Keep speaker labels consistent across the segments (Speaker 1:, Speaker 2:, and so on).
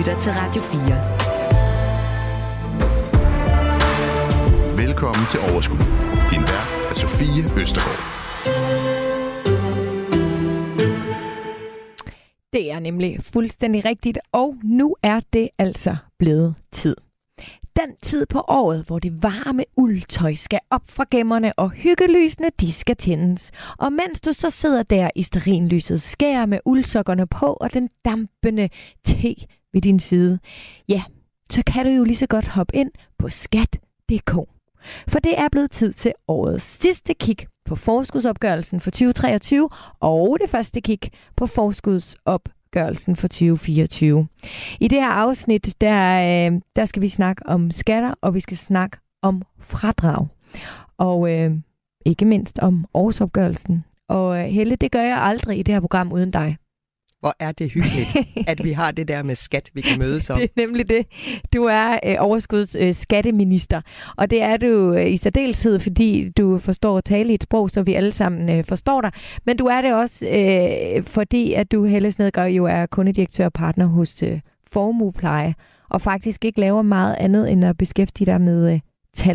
Speaker 1: lytter til Radio 4.
Speaker 2: Velkommen til Overskud. Din vært er Sofie Østergaard.
Speaker 3: Det er nemlig fuldstændig rigtigt, og nu er det altså blevet tid. Den tid på året, hvor det varme uldtøj skal op fra gemmerne, og hyggelysene, de skal tændes. Og mens du så sidder der i stearinlyset, skærer med uldsokkerne på, og den dampende te ved din side, ja, så kan du jo lige så godt hoppe ind på skat.dk. For det er blevet tid til årets sidste kig på forskudsopgørelsen for 2023, og det første kig på forskudsopgørelsen for 2024. I det her afsnit, der skal vi snakke om skatter, og vi skal snakke om fradrag. Og ikke mindst om årsopgørelsen. Og Helle, det gør jeg aldrig i det her program uden dig.
Speaker 4: Hvor er det hyggeligt, at vi har det der med skat, vi kan mødes om.
Speaker 3: Det er nemlig det. Du er overskuds skatteminister, og det er du i særdeleshed, fordi du forstår at tale i et sprog, så vi alle sammen forstår dig. Men du er det også, fordi at du, Helle Snedgaard, jo er kundedirektør og partner hos Formuepleje, og faktisk ikke laver meget andet end at beskæftige dig med tal.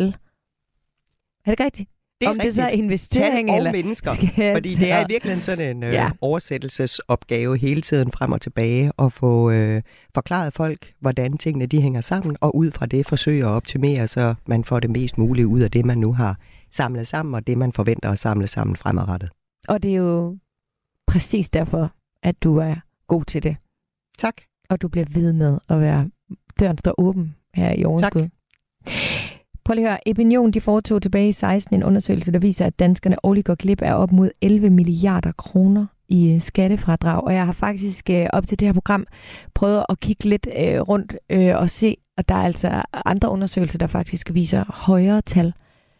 Speaker 3: Er det rigtigt?
Speaker 4: Det er
Speaker 3: om det så er investering
Speaker 4: tal og
Speaker 3: eller
Speaker 4: mennesker,
Speaker 3: skat,
Speaker 4: fordi det er i virkeligheden sådan en oversættelsesopgave hele tiden frem og tilbage at få forklaret folk, hvordan tingene de hænger sammen, og ud fra det forsøge at optimere, så man får det mest mulige ud af det, man nu har samlet sammen, og det, man forventer at samle sammen fremadrettet.
Speaker 3: Og det er jo præcis derfor, at du er god til det.
Speaker 4: Tak.
Speaker 3: Og du bliver ved med at være, døren står åben her i Overskud.
Speaker 4: Tak.
Speaker 3: Prøv lige at høre, Epinion, de foretog tilbage i 16 en undersøgelse, der viser, at danskerne årligt går glip af op mod 11 milliarder kroner i skattefradrag. Og jeg har faktisk op til det her program prøvet at kigge lidt rundt og se, at der er altså andre undersøgelser, der faktisk viser højere tal.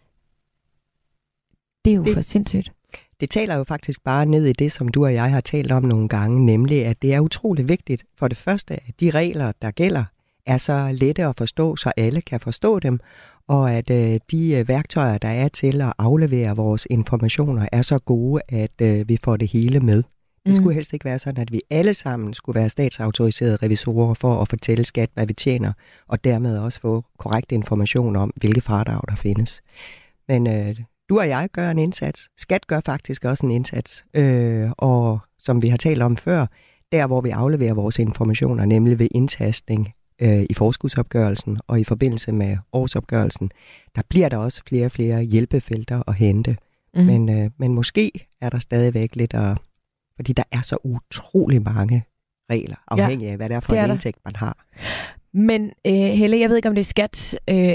Speaker 3: Det er jo for sindssygt.
Speaker 4: Det taler jo faktisk bare ned i det, som du og jeg har talt om nogle gange, nemlig at det er utrolig vigtigt for det første, at de regler, der gælder, er så lette at forstå, så alle kan forstå dem, og at de værktøjer, der er til at aflevere vores informationer, er så gode, at vi får det hele med. Det skulle helst ikke være sådan, at vi alle sammen skulle være statsautoriserede revisorer for at fortælle skat, hvad vi tjener, og dermed også få korrekt information om, hvilke fradrag der findes. Men du og jeg gør en indsats. Skat gør faktisk også en indsats. Og som vi har talt om før, der hvor vi afleverer vores informationer, nemlig ved indtastning i forskudsopgørelsen og i forbindelse med årsopgørelsen, der bliver der også flere og flere hjælpefelter at hente. Men måske er der stadigvæk lidt, fordi der er så utrolig mange regler, afhængig af, hvad det er for en indtægt, man har. Men
Speaker 3: Helle, jeg ved ikke, om det er skats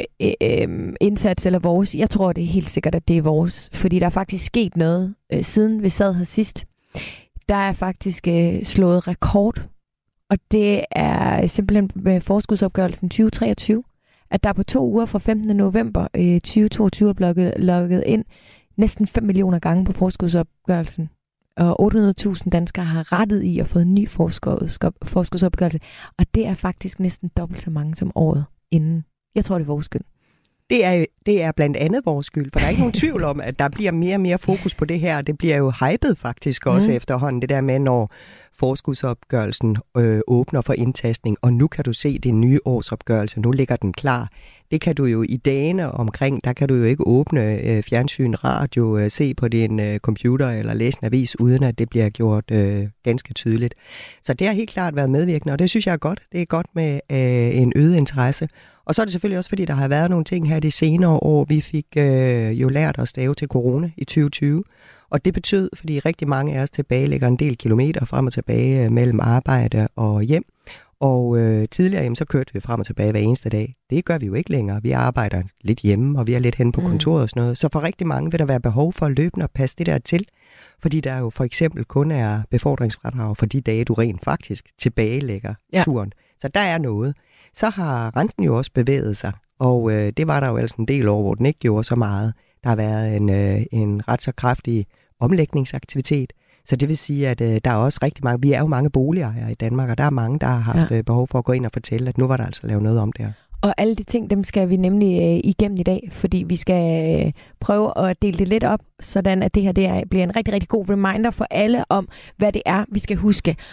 Speaker 3: indsats eller vores. Jeg tror, det er helt sikkert, at det er vores. Fordi der er faktisk sket noget, siden vi sad her sidst. Der er faktisk slået rekord. Og det er simpelthen med forskudsopgørelsen 2023, at der på 2 uger fra 15. november 2022 er logget ind næsten 5 millioner gange på forskudsopgørelsen. Og 800.000 danskere har rettet i at få en ny forskudsopgørelse. Og det er faktisk næsten dobbelt så mange som året inden. Jeg tror, det er vores skyld.
Speaker 4: Det er blandt andet vores skyld, for der er ikke nogen tvivl om, at der bliver mere og mere fokus på det her. Det bliver jo hypet faktisk også efterhånden, det der med, når forskudsopgørelsen åbner for indtastning, og nu kan du se din nye årsopgørelse, nu ligger den klar. Det kan du jo i dagene omkring, der kan du jo ikke åbne fjernsyn, radio, se på din computer eller læse en avis, uden at det bliver gjort ganske tydeligt. Så det har helt klart været medvirkende, og det synes jeg er godt. Det er godt med en øget interesse. Og så er det selvfølgelig også, fordi der har været nogle ting her de senere år. Vi fik jo lært at stave til corona i 2020, og det betød, fordi rigtig mange af os tilbagelægger en del kilometer frem og tilbage mellem arbejde og hjem. Og tidligere så kørte vi frem og tilbage hver eneste dag. Det gør vi jo ikke længere. Vi arbejder lidt hjemme, og vi er lidt henne på kontoret og sådan noget. Så for rigtig mange vil der være behov for løbende at passe det der til. Fordi der jo for eksempel kun er befordringsfradrag for de dage, du rent faktisk tilbagelægger turen. Så der er noget. Så har renten jo også bevæget sig, og det var der jo altså en del år, hvor den ikke gjorde så meget. Der har været en ret så kraftig omlægningsaktivitet, så det vil sige, at der er også rigtig mange, vi er jo mange boligejere i Danmark, og der er mange, der har haft behov for at gå ind og fortælle, at nu var der altså lavet noget om det her.
Speaker 3: Og alle de ting, dem skal vi nemlig igennem i dag, fordi vi skal prøve at dele det lidt op, sådan at det her bliver en rigtig, rigtig god reminder for alle om, hvad det er, vi skal huske.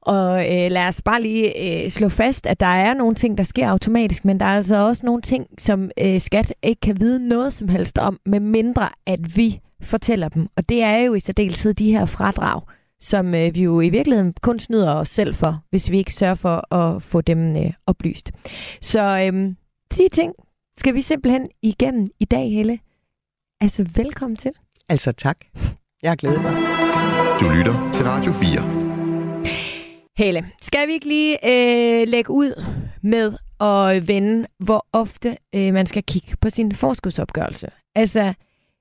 Speaker 3: Og lad os bare lige slå fast, at der er nogle ting, der sker automatisk, men der er altså også nogle ting, som skat ikke kan vide noget som helst om, med mindre at vi fortæller dem. Og det er jo i særdeleshed de her fradrag, som vi jo i virkeligheden kun snyder os selv for, hvis vi ikke sørger for at få dem oplyst. Så de ting skal vi simpelthen igennem i dag, Helle. Altså, velkommen til.
Speaker 4: Altså tak. Jeg har glædet mig.
Speaker 2: Du lytter til Radio 4.
Speaker 3: Helle, skal vi ikke lige lægge ud med at vende, hvor ofte man skal kigge på sin forskudsopgørelse? Altså,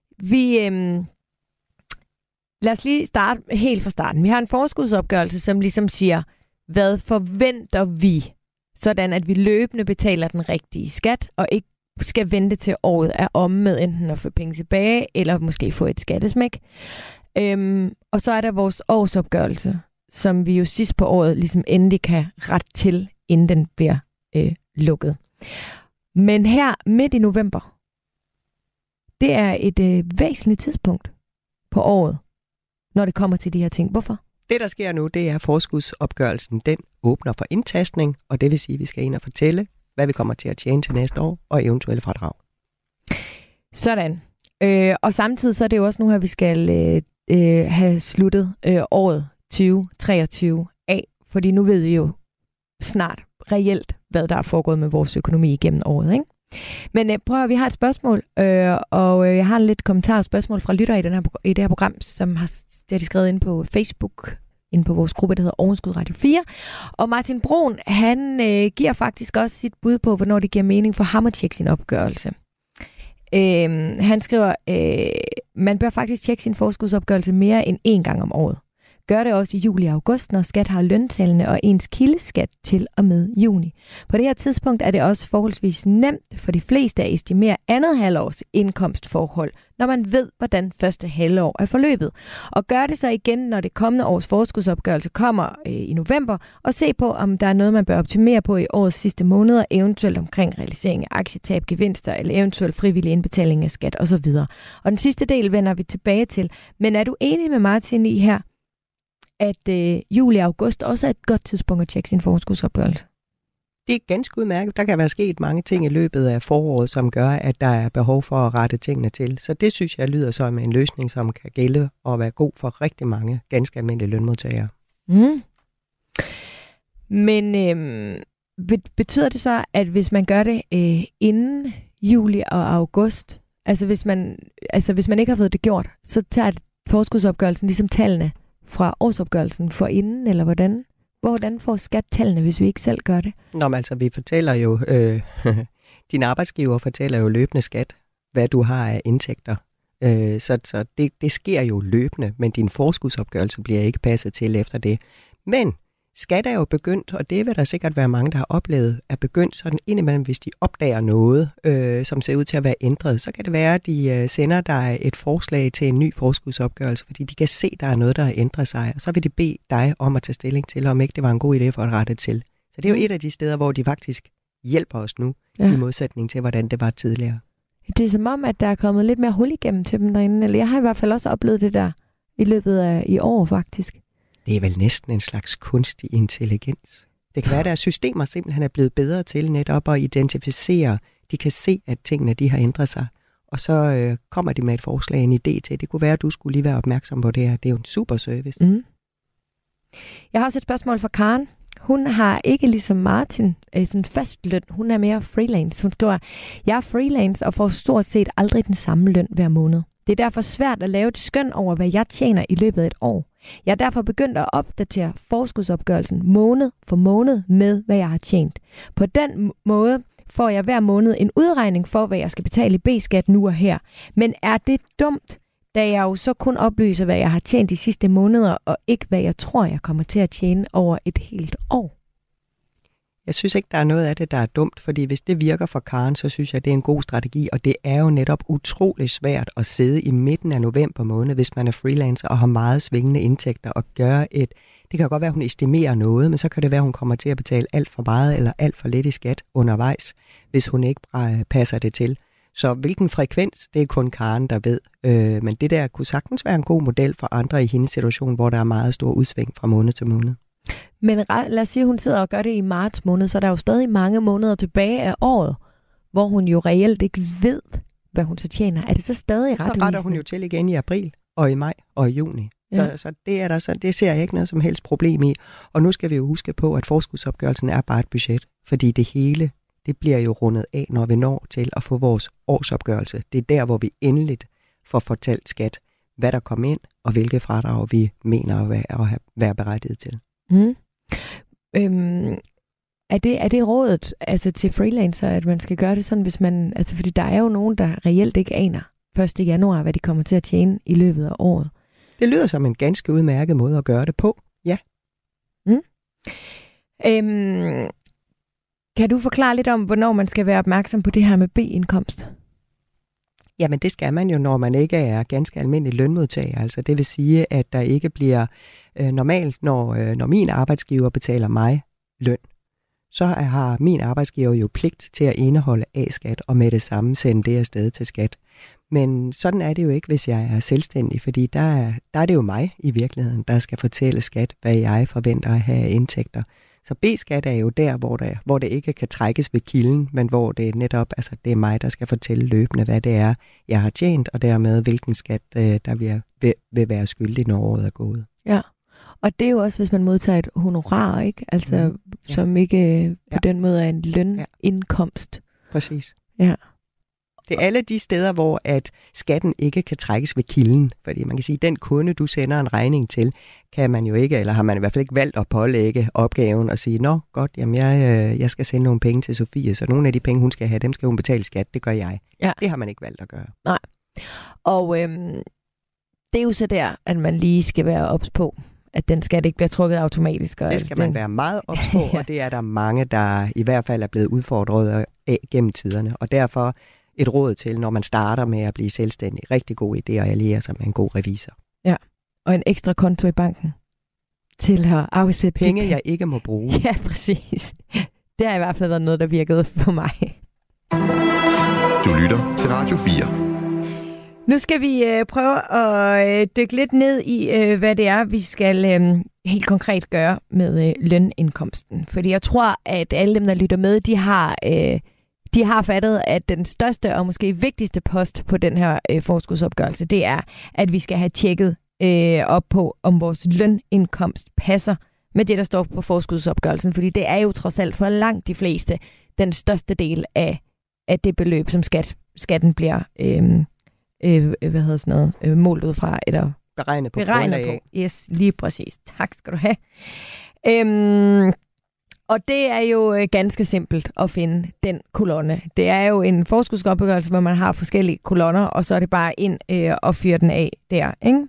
Speaker 3: lad os lige starte helt fra starten. Vi har en forskudsopgørelse, som ligesom siger, hvad forventer vi, sådan at vi løbende betaler den rigtige skat, og ikke skal vente til året er omme med enten at få penge tilbage, eller måske få et skattesmæk. Og så er der vores årsopgørelse, som vi jo sidst på året ligesom endelig kan rette til, inden den bliver lukket. Men her midt i november, det er et væsentligt tidspunkt på året, når det kommer til de her ting. Hvorfor?
Speaker 4: Det, der sker nu, det er forskudsopgørelsen. Den åbner for indtastning, og det vil sige, at vi skal ind og fortælle, hvad vi kommer til at tjene til næste år, og eventuelle fradrag.
Speaker 3: Sådan. Og samtidig så er det jo også nu her, vi skal have sluttet året 2023 af, fordi nu ved vi jo snart reelt, hvad der er foregået med vores økonomi igennem året, ikke? Men prøv at vi har et spørgsmål, og jeg har en lidt kommentar og spørgsmål fra lyttere i det her program, som har de skrevet ind på Facebook, inde på vores gruppe, der hedder Overskud Radio 4. Og Martin Brun, han giver faktisk også sit bud på, hvornår det giver mening for ham at tjekke sin opgørelse. Han skriver, man bør faktisk tjekke sin forskudsopgørelse mere end 1 gang om året. Gør det også i juli og august, når skat har løntallene og ens kildeskat til og med juni. På det her tidspunkt er det også forholdsvis nemt for de fleste at estimere andet halvårs indkomstforhold, når man ved, hvordan første halvår er forløbet. Og gør det så igen, når det kommende års forskudsopgørelse kommer i november, og se på, om der er noget, man bør optimere på i årets sidste måneder, eventuelt omkring realisering af aktietab, gevinster eller eventuelt frivillig indbetaling af skat osv. Og den sidste del vender vi tilbage til. Men er du enig med Martin i her, at juli og august også er et godt tidspunkt at tjekke sin forskudsopgørelse?
Speaker 4: Det er ganske udmærket. Der kan være sket mange ting i løbet af foråret, som gør, at der er behov for at rette tingene til. Så det synes jeg lyder som en løsning, som kan gælde og være god for rigtig mange ganske almindelige lønmodtagere.
Speaker 3: Mm. Men betyder det så, at hvis man gør det inden juli og august, altså hvis man ikke har fået det gjort, så tager forskudsopgørelsen ligesom tallene fra årsopgørelsen for inden, eller hvordan? Hvordan får skat tallene, hvis vi ikke selv gør det?
Speaker 4: Nå, men altså, vi fortæller jo, din arbejdsgiver fortæller jo løbende skat, hvad du har af indtægter. Så det sker jo løbende, men din forskudsopgørelse bliver ikke passet til efter det. Men skat er jo begyndt, og det vil der sikkert være mange, der har oplevet, er begyndt sådan indimellem, hvis de opdager noget, som ser ud til at være ændret, så kan det være, at de sender dig et forslag til en ny forskudsopgørelse, fordi de kan se, at der er noget, der har ændret sig, og så vil de bede dig om at tage stilling til, om ikke det var en god idé for at rette til. Så det er jo et af de steder, hvor de faktisk hjælper os nu, i modsætning til, hvordan det var tidligere.
Speaker 3: Det er som om, at der er kommet lidt mere hul igennem til dem derinde, eller jeg har i hvert fald også oplevet det der i løbet af i år, faktisk.
Speaker 4: Det er vel næsten en slags kunstig intelligens. Det kan være, at deres systemer simpelthen er blevet bedre til netop at identificere. De kan se, at tingene de har ændret sig. Og så kommer de med et forslag, en idé til. Det kunne være, at du skulle lige være opmærksom på det her. Det er jo en super service.
Speaker 3: Mm. Jeg har også et spørgsmål fra Karen. Hun har ikke ligesom Martin sådan fast løn. Hun er mere freelance. Hun skriver, jeg er freelance og får stort set aldrig den samme løn hver måned. Det er derfor svært at lave et skøn over, hvad jeg tjener i løbet af et år. Jeg er derfor begyndt at opdatere forskudsopgørelsen måned for måned med, hvad jeg har tjent. På den måde får jeg hver måned en udregning for, hvad jeg skal betale i B-skat nu og her. Men er det dumt, da jeg jo så kun oplyser, hvad jeg har tjent de sidste måneder, og ikke hvad jeg tror, jeg kommer til at tjene over et helt år?
Speaker 4: Jeg synes ikke, der er noget af det, der er dumt, fordi hvis det virker for Karen, så synes jeg, det er en god strategi, og det er jo netop utrolig svært at sidde i midten af november måned, hvis man er freelancer og har meget svingende indtægter og gøre det kan godt være, at hun estimerer noget, men så kan det være, at hun kommer til at betale alt for meget eller alt for lidt i skat undervejs, hvis hun ikke passer det til. Så hvilken frekvens, det er kun Karen, der ved. Men det der kunne sagtens være en god model for andre i hendes situation, hvor der er meget stor udsving fra måned til måned.
Speaker 3: Men lad os sige, at hun sidder og gør det i marts måned, så der er jo stadig mange måneder tilbage af året, hvor hun jo reelt ikke ved, hvad hun så tjener. Er det så stadig retvisende?
Speaker 4: Så retter hun jo til igen i april og i maj og i juni. Ja. Så det ser jeg ikke noget som helst problem i. Og nu skal vi jo huske på, at forskudsopgørelsen er bare et budget, fordi det hele, det bliver jo rundet af, når vi når til at få vores årsopgørelse. Det er der, hvor vi endeligt får fortalt skat, hvad der kom ind, og hvilke fradrag vi mener at være berettiget til.
Speaker 3: Mm. Er det rådet altså til freelancer, at man skal gøre det sådan, hvis man... Altså, fordi der er jo nogen, der reelt ikke aner 1. januar, hvad de kommer til at tjene i løbet af året.
Speaker 4: Det lyder som en ganske udmærket måde at gøre det på, ja.
Speaker 3: Mm. Kan du forklare lidt om, hvornår man skal være opmærksom på det her med B-indkomst?
Speaker 4: Jamen det skal man jo, når man ikke er ganske almindelig lønmodtager. Altså det vil sige, at der ikke bliver normalt, når min arbejdsgiver betaler mig løn, så har min arbejdsgiver jo pligt til at indeholde A-skat og med det samme sende det afsted til skat. Men sådan er det jo ikke, hvis jeg er selvstændig, fordi der er det jo mig i virkeligheden, der skal fortælle skat, hvad jeg forventer at have af indtægter. Så B-skat er jo der, hvor det ikke kan trækkes ved kilden, men hvor det netop, altså det er mig, der skal fortælle løbende, hvad det er, jeg har tjent, og dermed hvilken skat, der vil være skyldig, når året er gået.
Speaker 3: Ja, og det er jo også, hvis man modtager et honorar, ikke? Altså, som ikke på den måde er en lønindkomst.
Speaker 4: Præcis.
Speaker 3: Ja.
Speaker 4: Det er alle de steder, hvor at skatten ikke kan trækkes ved kilden. Fordi man kan sige, at den kunde, du sender en regning til, kan man jo ikke, eller har man i hvert fald ikke valgt at pålægge opgaven og sige, nå godt, jamen jeg skal sende nogle penge til Sofie, så nogle af de penge, hun skal have, dem skal hun betale skat, det gør jeg. Ja. Det har man ikke valgt at gøre.
Speaker 3: Nej. Og det er jo så der, at man lige skal være ops på, at den skat ikke bliver trukket automatisk. Og
Speaker 4: det skal man være meget ops på, og det er der mange, der i hvert fald er blevet udfordret af gennem tiderne. Og derfor et råd til, når man starter med at blive selvstændig. Rigtig god idé at alliere sig med en god revisor.
Speaker 3: Ja, og en ekstra konto i banken til at afsætte
Speaker 4: penge, jeg ikke må bruge.
Speaker 3: Ja, præcis. Det har i hvert fald været noget, der virkede for mig.
Speaker 2: Du lytter til Radio 4.
Speaker 3: Nu skal vi prøve at dykke lidt ned i, hvad det er, vi skal helt konkret gøre med lønindkomsten. Fordi jeg tror, at alle dem, der lytter med, de har fattet, at den største og måske vigtigste post på den her forskudsopgørelse, det er, at vi skal have tjekket op på, om vores lønindkomst passer med det, der står på forskudsopgørelsen. Fordi det er jo trods alt for langt de fleste den største del af det beløb, som skatten bliver målt ud fra, eller
Speaker 4: beregnet på.
Speaker 3: Yes, lige præcis. Tak skal du have. Og det er jo ganske simpelt at finde den kolonne. Det er jo en forskudsopgørelse, hvor man har forskellige kolonner, og så er det bare ind og fyre den af der, ikke?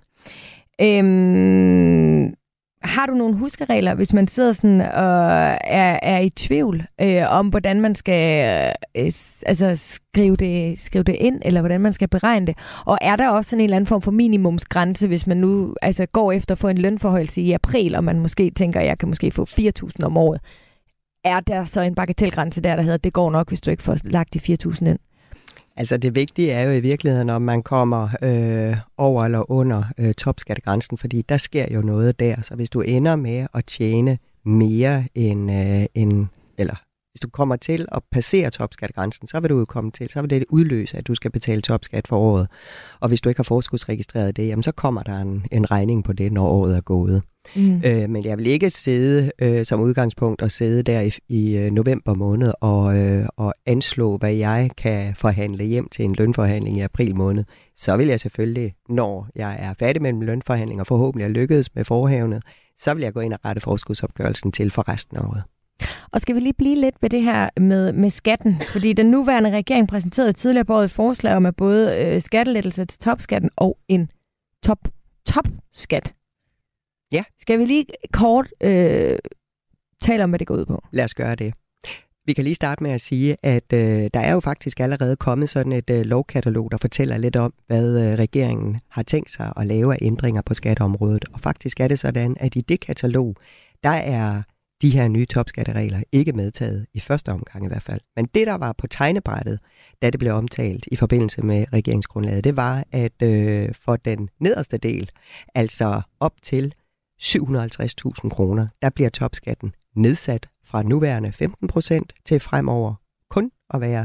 Speaker 3: Har du nogle huskeregler, hvis man sidder sådan og er i tvivl om, hvordan man skal skrive det ind, eller hvordan man skal beregne det? Og er der også sådan en eller anden form for minimumsgrænse, hvis man nu går efter at få en lønforhøjelse i april, og man måske tænker, at jeg kan måske få 4.000 om året? Er der så en bagatelgrænse der hedder, det går nok, hvis du ikke får lagt de 4.000 ind?
Speaker 4: Altså det vigtige er jo i virkeligheden, om man kommer over eller under topskattegrænsen, fordi der sker jo noget der. Så hvis du ender med at tjene mere eller hvis du kommer til at passere topskattegrænsen, så vil du jo komme til, så vil det udløse, at du skal betale topskat for året. Og hvis du ikke har forskudsregistreret det, jamen så kommer der en regning på det, når året er gået. Men jeg vil ikke sidde som udgangspunkt og sidde der i november måned og anslå, hvad jeg kan forhandle hjem til en lønforhandling i april måned. Så vil jeg selvfølgelig, når jeg er færdig med en lønforhandling og forhåbentlig er lykkedes med forhavnet, så vil jeg gå ind og rette forskudsopgørelsen til for resten af året.
Speaker 3: Og skal vi lige blive lidt ved det her med skatten? Fordi den nuværende regering præsenterede tidligere på året et forslag om, at både skattelettelser til topskatten og en topskat.
Speaker 4: Ja.
Speaker 3: Skal vi lige kort tale om, hvad det går ud på?
Speaker 4: Lad os gøre det. Vi kan lige starte med at sige, at der er jo faktisk allerede kommet sådan et lovkatalog, der fortæller lidt om, hvad regeringen har tænkt sig at lave af ændringer på skatteområdet. Og faktisk er det sådan, at i det katalog, der er de her nye topskatteregler ikke medtaget i første omgang i hvert fald. Men det, der var på tegnebrættet, da det blev omtalt i forbindelse med regeringsgrundlaget, det var, at for den nederste del, altså op til 750.000 kroner, der bliver topskatten nedsat fra nuværende 15% til fremover kun at være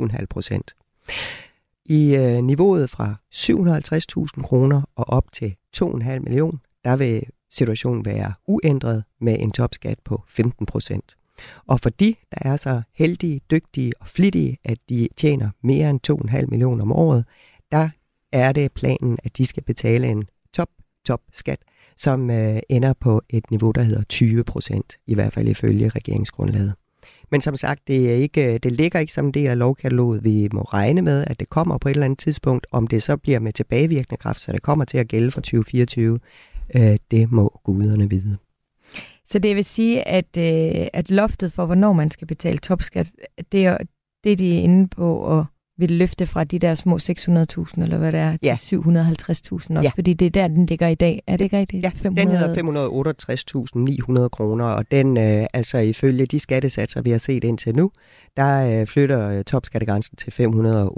Speaker 4: 7,5%. I niveauet fra 750.000 kroner og op til 2,5 millioner, der vil situationen være uændret med en topskat på 15%. Og for de, der er så heldige, dygtige og flittige, at de tjener mere end 2,5 millioner om året, der er det planen, at de skal betale en top-skat, som ender på et niveau, der hedder 20%, i hvert fald ifølge regeringsgrundlaget. Men som sagt, det ligger ikke som en del af lovkataloget. Vi må regne med, at det kommer på et eller andet tidspunkt. Om det så bliver med tilbagevirkende kraft, så det kommer til at gælde for 2024, det må guderne vide.
Speaker 3: Så det vil sige, at loftet for, hvornår man skal betale topskat, det er de er inde på at vil løfte fra de der små 600.000, eller hvad det er, til 750.000 også, fordi det er der, den ligger i dag. Er det ikke rigtigt?
Speaker 4: Ja, 500... den hedder 568.900 kroner, og den, altså ifølge de skattesatser, vi har set indtil nu, der flytter topskattegrænsen til 588.900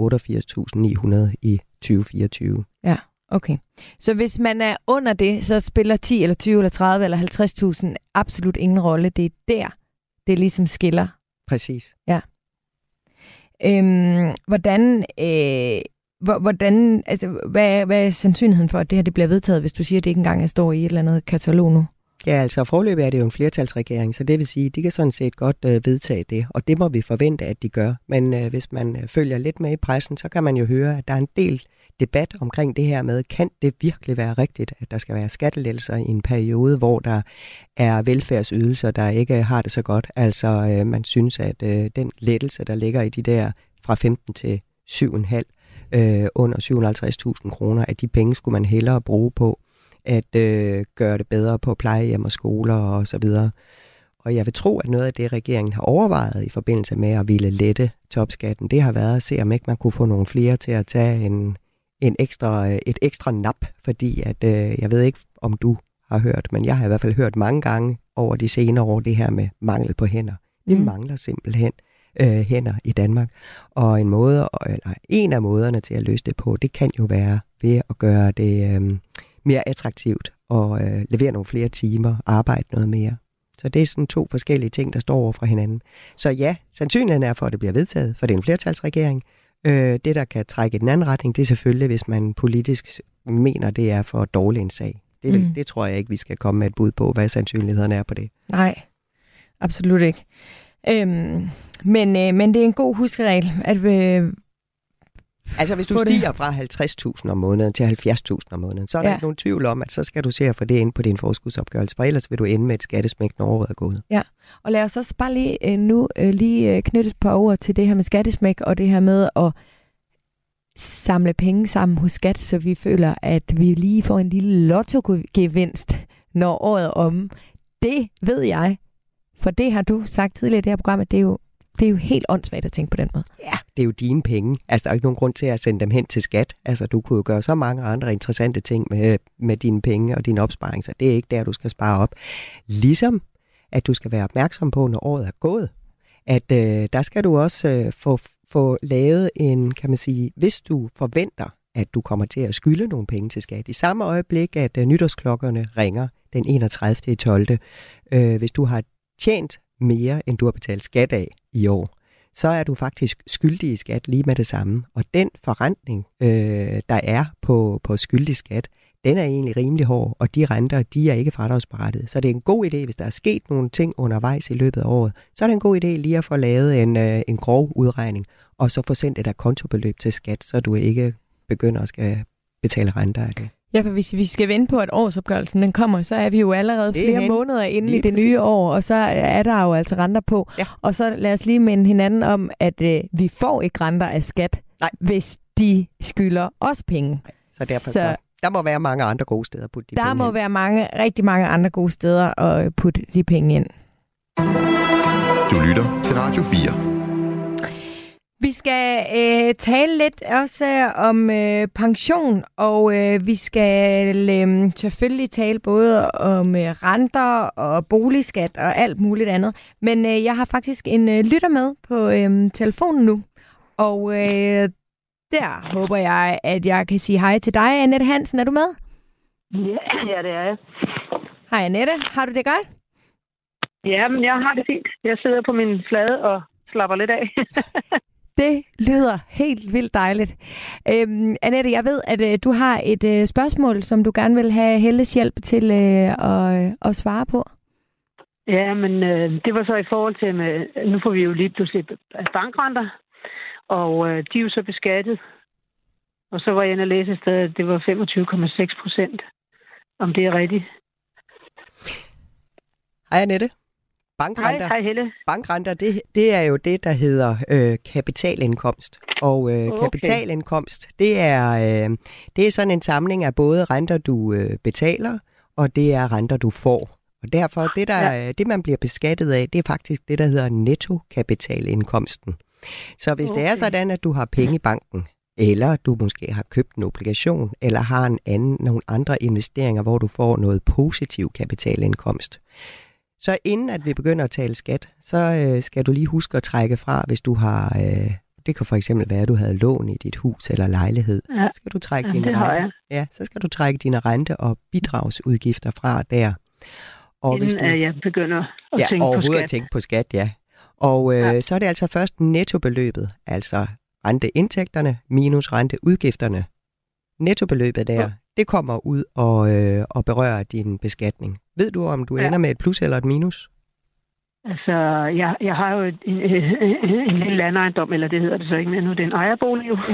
Speaker 4: i 2024.
Speaker 3: Ja, okay. Så hvis man er under det, så spiller 10 eller 20 eller 30 eller 50.000 absolut ingen rolle. Det er der, det ligesom skiller.
Speaker 4: Præcis.
Speaker 3: Ja. Hvad er sandsynligheden for, at det her det bliver vedtaget, hvis du siger, at det ikke engang står i et eller andet katalog nu?
Speaker 4: Ja, altså foreløbig er det jo en flertalsregering, så det vil sige, at de kan sådan set godt vedtage det, og det må vi forvente, at de gør. Men hvis man følger lidt med i pressen, så kan man jo høre, at der er en del debat omkring det her med, kan det virkelig være rigtigt, at der skal være skattelettelser i en periode, hvor der er velfærdsydelser, der ikke har det så godt. Altså man synes, at den lettelse, der ligger i de der fra 15 til 7,5 under 750.000 kroner, at de penge skulle man hellere bruge på at gøre det bedre på plejehjem og skoler og så videre. Og jeg vil tro, at noget af det, regeringen har overvejet i forbindelse med at ville lette topskatten, det har været at se, om ikke man kunne få nogle flere til at tage et ekstra nap, fordi at, jeg ved ikke, om du har hørt, men jeg har i hvert fald hørt mange gange over de senere år det her med mangel på hænder. Vi mangler simpelthen hænder i Danmark, og en af måderne til at løse det på, det kan jo være ved at gøre det mere attraktivt og levere nogle flere timer, arbejde noget mere. Så det er sådan to forskellige ting, der står over for hinanden. Så ja, sandsynligheden er for, at det bliver vedtaget, for det er en flertalsregering. Det, der kan trække i den anden retning, det er selvfølgelig, hvis man politisk mener, det er for dårlig en sag. Det tror jeg ikke, vi skal komme med et bud på, hvad sandsynlighederne er på det.
Speaker 3: Nej, absolut ikke. Men det er en god huskeregel, at
Speaker 4: altså hvis du stiger fra 50.000 om måneden til 70.000 om måneden, så er der ikke nogen tvivl om, at så skal du se at få det ind på din forskudsopgørelse, for ellers vil du ende med et skattesmæk, når året er gået. Ja,
Speaker 3: og lad os også bare lige knytte et par ord til det her med skattesmæk, og det her med at samle penge sammen hos skat, så vi føler, at vi lige får en lille lottogevinst, når året er omme. Det ved jeg, for det har du sagt tidligere i det her program, at det er jo helt åndssvagt at tænke på den måde.
Speaker 4: Ja, det er jo dine penge. Altså, der er ikke nogen grund til at sende dem hen til skat. Altså, du kunne jo gøre så mange andre interessante ting med dine penge og din opsparing, så det er ikke der, du skal spare op. Ligesom, at du skal være opmærksom på, når året er gået, at der skal du også få lavet en, kan man sige, hvis du forventer, at du kommer til at skylde nogle penge til skat. I samme øjeblik, at nytårsklokkerne ringer den 31.12. Hvis du har tjent mere, end du har betalt skat af i år, så er du faktisk skyldig i skat lige med det samme. Og den forrentning, der er på skyldig skat, den er egentlig rimelig hård, og de renter, de er ikke fradragsberettigede. Så det er en god idé, hvis der er sket nogle ting undervejs i løbet af året, så er det en god idé lige at få lavet en grov udregning, og så få sendt et af kontobeløb til skat, så du ikke begynder at skal betale renter af det.
Speaker 3: Ja, for hvis vi skal vente på, at årsopgørelsen den kommer, så er vi jo allerede flere måneder inde i det nye år, og så er der jo altså renter på. Ja. Og så lad os lige minde hinanden om, at vi får ikke renter af skat, hvis de skylder os penge.
Speaker 4: Nej. Så derfor så der må være mange andre gode steder at putte de
Speaker 3: penge
Speaker 4: ind.
Speaker 3: Der må være rigtig mange andre gode steder at putte de penge ind.
Speaker 2: Du lytter til Radio 4.
Speaker 3: Vi skal tale lidt også om pension, og vi skal selvfølgelig tale både om renter og boligskat og alt muligt andet. Men jeg har faktisk en lytter med på telefonen nu, og der håber jeg, at jeg kan sige hej til dig, Annette Hansen. Er du med?
Speaker 1: Ja, det er jeg.
Speaker 3: Hej Annette, har du det godt?
Speaker 1: Ja, men jeg har det fint. Jeg sidder på min flade og slapper lidt af.
Speaker 3: Det lyder helt vildt dejligt. Annette, jeg ved, at du har et spørgsmål, som du gerne vil have Helles hjælp til at svare på.
Speaker 1: Ja, men det var så i forhold til, nu får vi jo lige pludselig bankrenter, og de er jo så beskattet. Og så var jeg inde og læse et sted, at det var 25,6%. Om det er rigtigt.
Speaker 4: Hej Annette. Bankrenter,
Speaker 1: hej Helle.
Speaker 4: Bankrenter, det er jo det, der hedder kapitalindkomst. Og
Speaker 1: Okay.
Speaker 4: kapitalindkomst, det er sådan en samling af både renter, du betaler, og det er renter, du får. Og derfor, det man bliver beskattet af, det er faktisk det, der hedder nettokapitalinkomsten. Så hvis det er sådan, at du har penge i banken, eller du måske har købt en obligation, eller har nogle andre investeringer, hvor du får noget positiv kapitalindkomst, så inden at vi begynder at tale skat, så skal du lige huske at trække fra, hvis du har, det kan for eksempel være, at du havde lån i dit hus eller lejlighed.
Speaker 1: Ja.
Speaker 4: Så skal du trække så skal du trække dine rente- og bidragsudgifter fra der. Og
Speaker 1: Inden jeg begynder at tænke på
Speaker 4: overhovedet
Speaker 1: skat.
Speaker 4: at tænke på skat, ja. Og så er det altså først nettobeløbet, altså renteindtægterne minus renteudgifterne. Nettobeløbet der, det kommer ud og berører din beskatning. Ved du, om du ender med et plus eller et minus?
Speaker 1: Altså, jeg har jo en lille landejendom, eller det hedder det så ikke mere nu, det er en ejerbolig jo.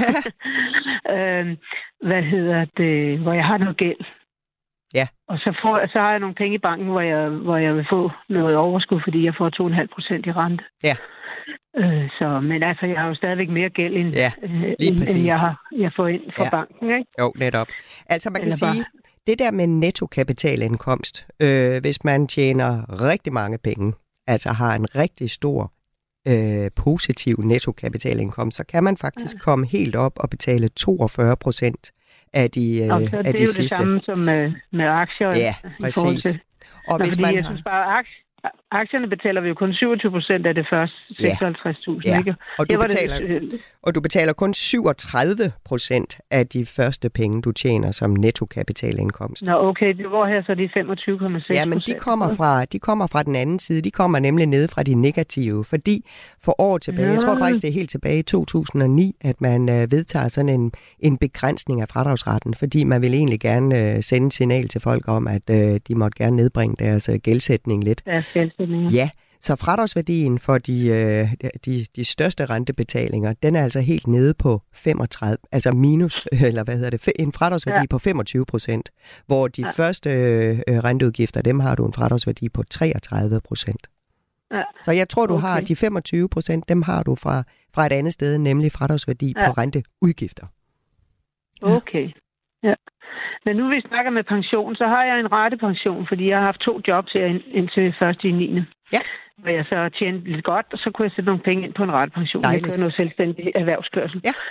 Speaker 1: Hvor jeg har noget gæld.
Speaker 4: Ja.
Speaker 1: Og så har jeg nogle penge i banken, hvor jeg vil få noget overskud, fordi jeg får 2,5% i rente.
Speaker 4: Ja.
Speaker 1: Men altså, jeg har jo stadigvæk mere gæld, end jeg får ind fra banken, ikke?
Speaker 4: Jo, netop. Altså, man kan sige, det der med nettokapitalinkomst, hvis man tjener rigtig mange penge, altså har en rigtig stor positiv nettokapitalinkomst, så kan man faktisk komme helt op og betale 42% af de sidste.
Speaker 1: Det er jo det samme som med aktier.
Speaker 4: Ja, præcis.
Speaker 1: Og hvis jeg synes bare, aktierne betaler vi jo kun 27% af det første 56.000, ikke?
Speaker 4: Og du betaler kun 37% af de første penge, du tjener som nettokapitalinkomst.
Speaker 1: Nå, okay. Hvor her så de 25,6%?
Speaker 4: Ja, men de kommer fra den anden side. De kommer nemlig ned fra de negative, fordi for år tilbage, jeg tror faktisk, det er helt tilbage i 2009, at man vedtager sådan en begrænsning af fradragsretten, fordi man vil egentlig gerne sende et signal til folk om, at de måtte gerne nedbringe deres gældsætning lidt. Ja, så fradragsværdien for de største rentebetalinger, den er altså helt nede på 35, altså minus, eller hvad hedder det, en fradragsværdi på 25%, hvor de første renteudgifter, dem har du en fradragsværdi på 33%. Ja. Så jeg tror, du har de 25%, dem har du fra et andet sted, nemlig fradragsværdi på renteudgifter.
Speaker 1: Okay. Ja. Men nu vi snakker med pension, så har jeg en ratepension, fordi jeg har haft 2 jobs her indtil 1.9. Ja. Hvor jeg så tjente lidt godt, og så kunne jeg sætte nogle penge ind på en ratepension. Jeg kører noget selvstændig erhvervskørsel. Ja.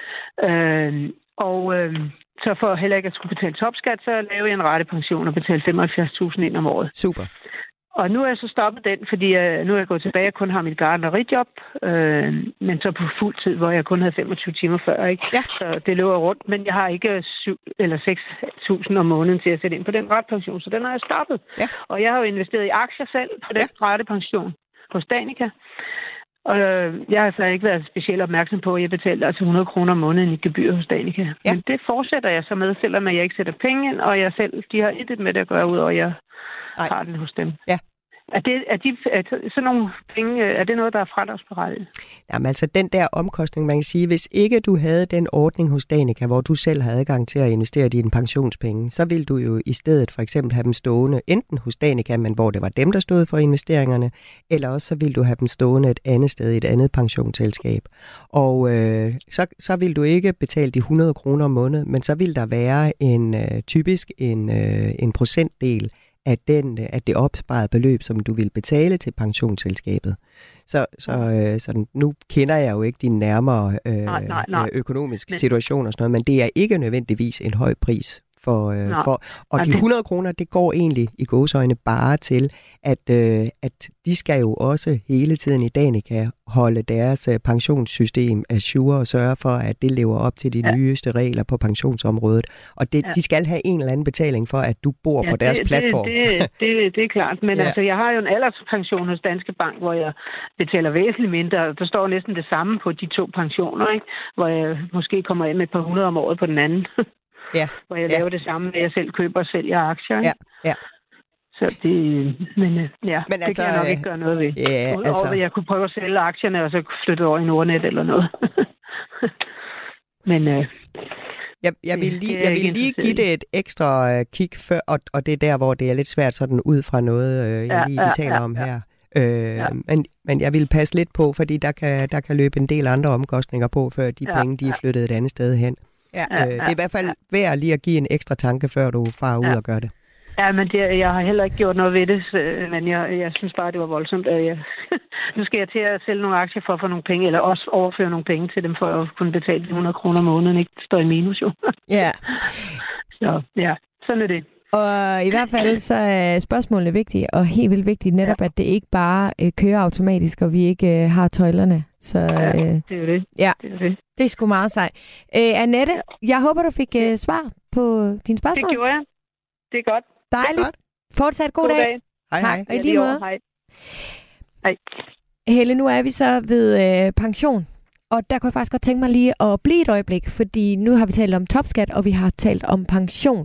Speaker 1: Så for heller ikke at skulle betale topskat, så lavede jeg en ratepension og betalte 75.000 ind om året.
Speaker 4: Super.
Speaker 1: Og nu er jeg så stoppet den, fordi nu er jeg gået tilbage og kun har mit gartnerijob, men så på fuld tid, hvor jeg kun havde 25 timer før, ikke? Ja. Så det løber rundt, men jeg har ikke 7 eller 6.000 om måneden til at sætte ind på den ratepension, så den har jeg stoppet. Ja. Og jeg har jo investeret i aktier selv på den ratepension hos Danica. Og jeg har så ikke været specielt opmærksom på, at jeg betalte altså 100 kroner om måneden i gebyr hos Danica. Ja. Men det fortsætter jeg så med, selvom jeg ikke sætter penge ind, og jeg selv, de har intet med det at gøre, ud over jeg har den hos dem. Ja. Er sådan nogle penge, er det noget, der er fradragsberettiget?
Speaker 4: Jamen altså den der omkostning, man kan sige, hvis ikke du havde den ordning hos Danica, hvor du selv havde adgang til at investere dine pensionspenge, så ville du jo i stedet for eksempel have dem stående enten hos Danica, men hvor det var dem, der stod for investeringerne, eller også så ville du have dem stående et andet sted i et andet pensionsselskab. Og så vil du ikke betale de 100 kroner om måneden, men så vil der være typisk en procentdel af det opsparede beløb, som du vil betale til pensionsselskabet. Så nu kender jeg jo ikke din nærmere økonomiske situation og sådan noget, men det er ikke nødvendigvis en høj pris Og de 100 kroner, det går egentlig i gåseøjne bare til, at de skal jo også hele tiden i Danica holde deres pensionssystem ajour og sørge for, at det lever op til de nyeste regler på pensionsområdet. Og de skal have en eller anden betaling for, at du bor på deres platform.
Speaker 1: Det er klart, men altså, jeg har jo en alderspension hos Danske Bank, hvor jeg betaler væsentligt mindre. Der står næsten det samme på de 2 pensioner, ikke? Hvor jeg måske kommer ind med et par 100 om året på den anden. Ja. Hvor jeg laver det samme, at jeg selv køber og sælger aktier. Ikke?
Speaker 4: Ja.
Speaker 1: Så det, men det altså, kan jeg nok ikke gøre noget ved.
Speaker 4: Ja,
Speaker 1: altså, jeg kunne prøve at sælge aktierne, og så flytte over i Nordnet eller noget. Men
Speaker 4: jeg vil lige give det et ekstra kig før, og det er der, hvor det er lidt svært sådan ud fra noget, vi taler om her. Men jeg vil passe lidt på, fordi der kan løbe en del andre omkostninger på, før de penge de er flyttet et andet sted hen. Det er i hvert fald værd lige at give en ekstra tanke, før du farer ud og gør det.
Speaker 1: Ja, men jeg har heller ikke gjort noget ved det, men jeg synes bare, det var voldsomt. Nu skal jeg til at sælge nogle aktier for at få nogle penge, eller også overføre nogle penge til dem, for at kunne betale 100 kroner om måneden, ikke står i minus jo.
Speaker 3: Ja.
Speaker 1: Så ja, sådan er det.
Speaker 3: Og i hvert fald så er spørgsmålet vigtigt, og helt vildt vigtigt netop, at det ikke bare kører automatisk, og vi ikke har tøjlerne. Så,
Speaker 1: det er det.
Speaker 3: Ja, det er sgu meget sejt. Annette, jeg håber, du fik svar på dine spørgsmål.
Speaker 1: Det gjorde jeg. Det er godt.
Speaker 3: Dejligt. Fortsat god dag.
Speaker 4: Hej.
Speaker 3: Og i lige måde.
Speaker 1: Hej.
Speaker 3: Helle, nu er vi så ved pension. Og der kunne jeg faktisk godt tænke mig lige at blive et øjeblik, fordi nu har vi talt om topskat, og vi har talt om pension.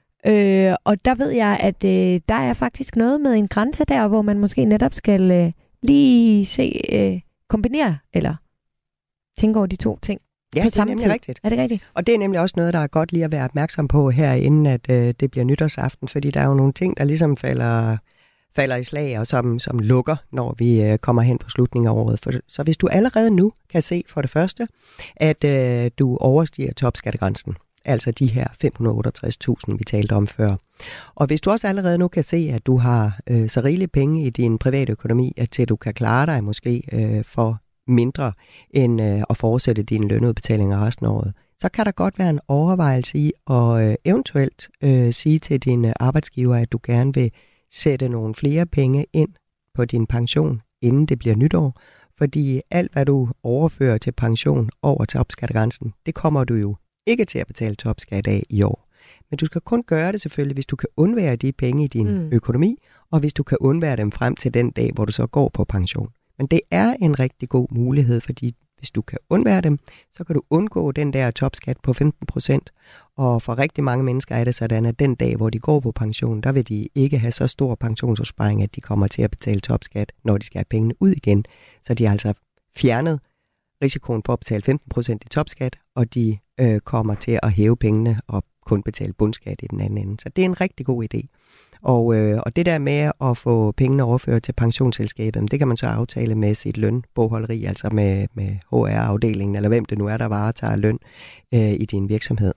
Speaker 3: Og der ved jeg, at der er faktisk noget med en grænse der, hvor man måske netop skal lige kombinere, eller tænke over de 2 ting.
Speaker 4: Ja, det er nemlig rigtigt.
Speaker 3: Er det rigtigt?
Speaker 4: Og det er nemlig også noget, der er godt lige at være opmærksom på her, inden at det bliver nytårsaften, fordi der er jo nogle ting, der ligesom falder i slag, og som lukker, når vi kommer hen på slutningen af året. Så hvis du allerede nu kan se for det første, at du overstiger topskattegrænsen, altså de her 568.000, vi talte om før. Og hvis du også allerede nu kan se, at du har så rigeligt penge i din private økonomi, at til du kan klare dig måske for mindre end at fortsætte dine lønudbetalinger resten af året, så kan der godt være en overvejelse i at eventuelt sige til din arbejdsgiver, at du gerne vil sætte nogle flere penge ind på din pension, inden det bliver nytår. Fordi alt, hvad du overfører til pension over topskattegrænsen, det kommer du jo ikke til at betale topskat af i år. Men du skal kun gøre det selvfølgelig, hvis du kan undvære de penge i din økonomi, og hvis du kan undvære dem frem til den dag, hvor du så går på pension. Men det er en rigtig god mulighed, fordi hvis du kan undvære dem, så kan du undgå den der topskat på 15%. Og for rigtig mange mennesker er det sådan, at den dag, hvor de går på pension, der vil de ikke have så stor pensionsopsparing, at de kommer til at betale topskat, når de skal have pengene ud igen. Så de har altså fjernet risikoen for at betale 15% i topskat, og de kommer til at hæve pengene og kun betale bundskat i den anden ende. Så det er en rigtig god idé. Og det der med at få pengene overført til pensionsselskabet, det kan man så aftale med sit lønbogholderi, altså med HR-afdelingen, eller hvem det nu er, der varetager løn i din virksomhed.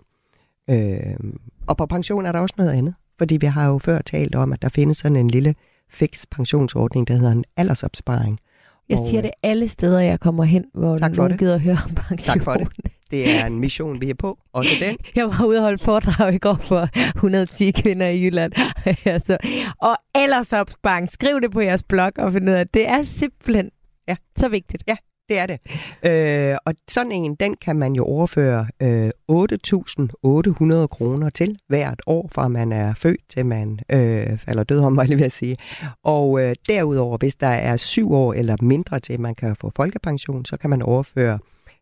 Speaker 4: Og på pension er der også noget andet, fordi vi har jo før talt om, at der findes sådan en lille fix pensionsordning, der hedder en aldersopsparing.
Speaker 3: Jeg siger det alle steder, jeg kommer hen, hvor nogen gider at høre om pension.
Speaker 4: Tak for det. Det er en mission, vi er på. Også den.
Speaker 3: Jeg var ude og holde foredrag i går for 110 kvinder i Jylland. Og aldersopsparing, skriv det på jeres blog og find ud af, det er simpelthen så vigtigt. Ja,
Speaker 4: det er det. Og sådan en, den kan man jo overføre 8.800 kroner til hvert år, fra man er født til man falder død om, vil jeg sige. Og derudover, hvis der er 7 år eller mindre til, man kan få folkepension, så kan man overføre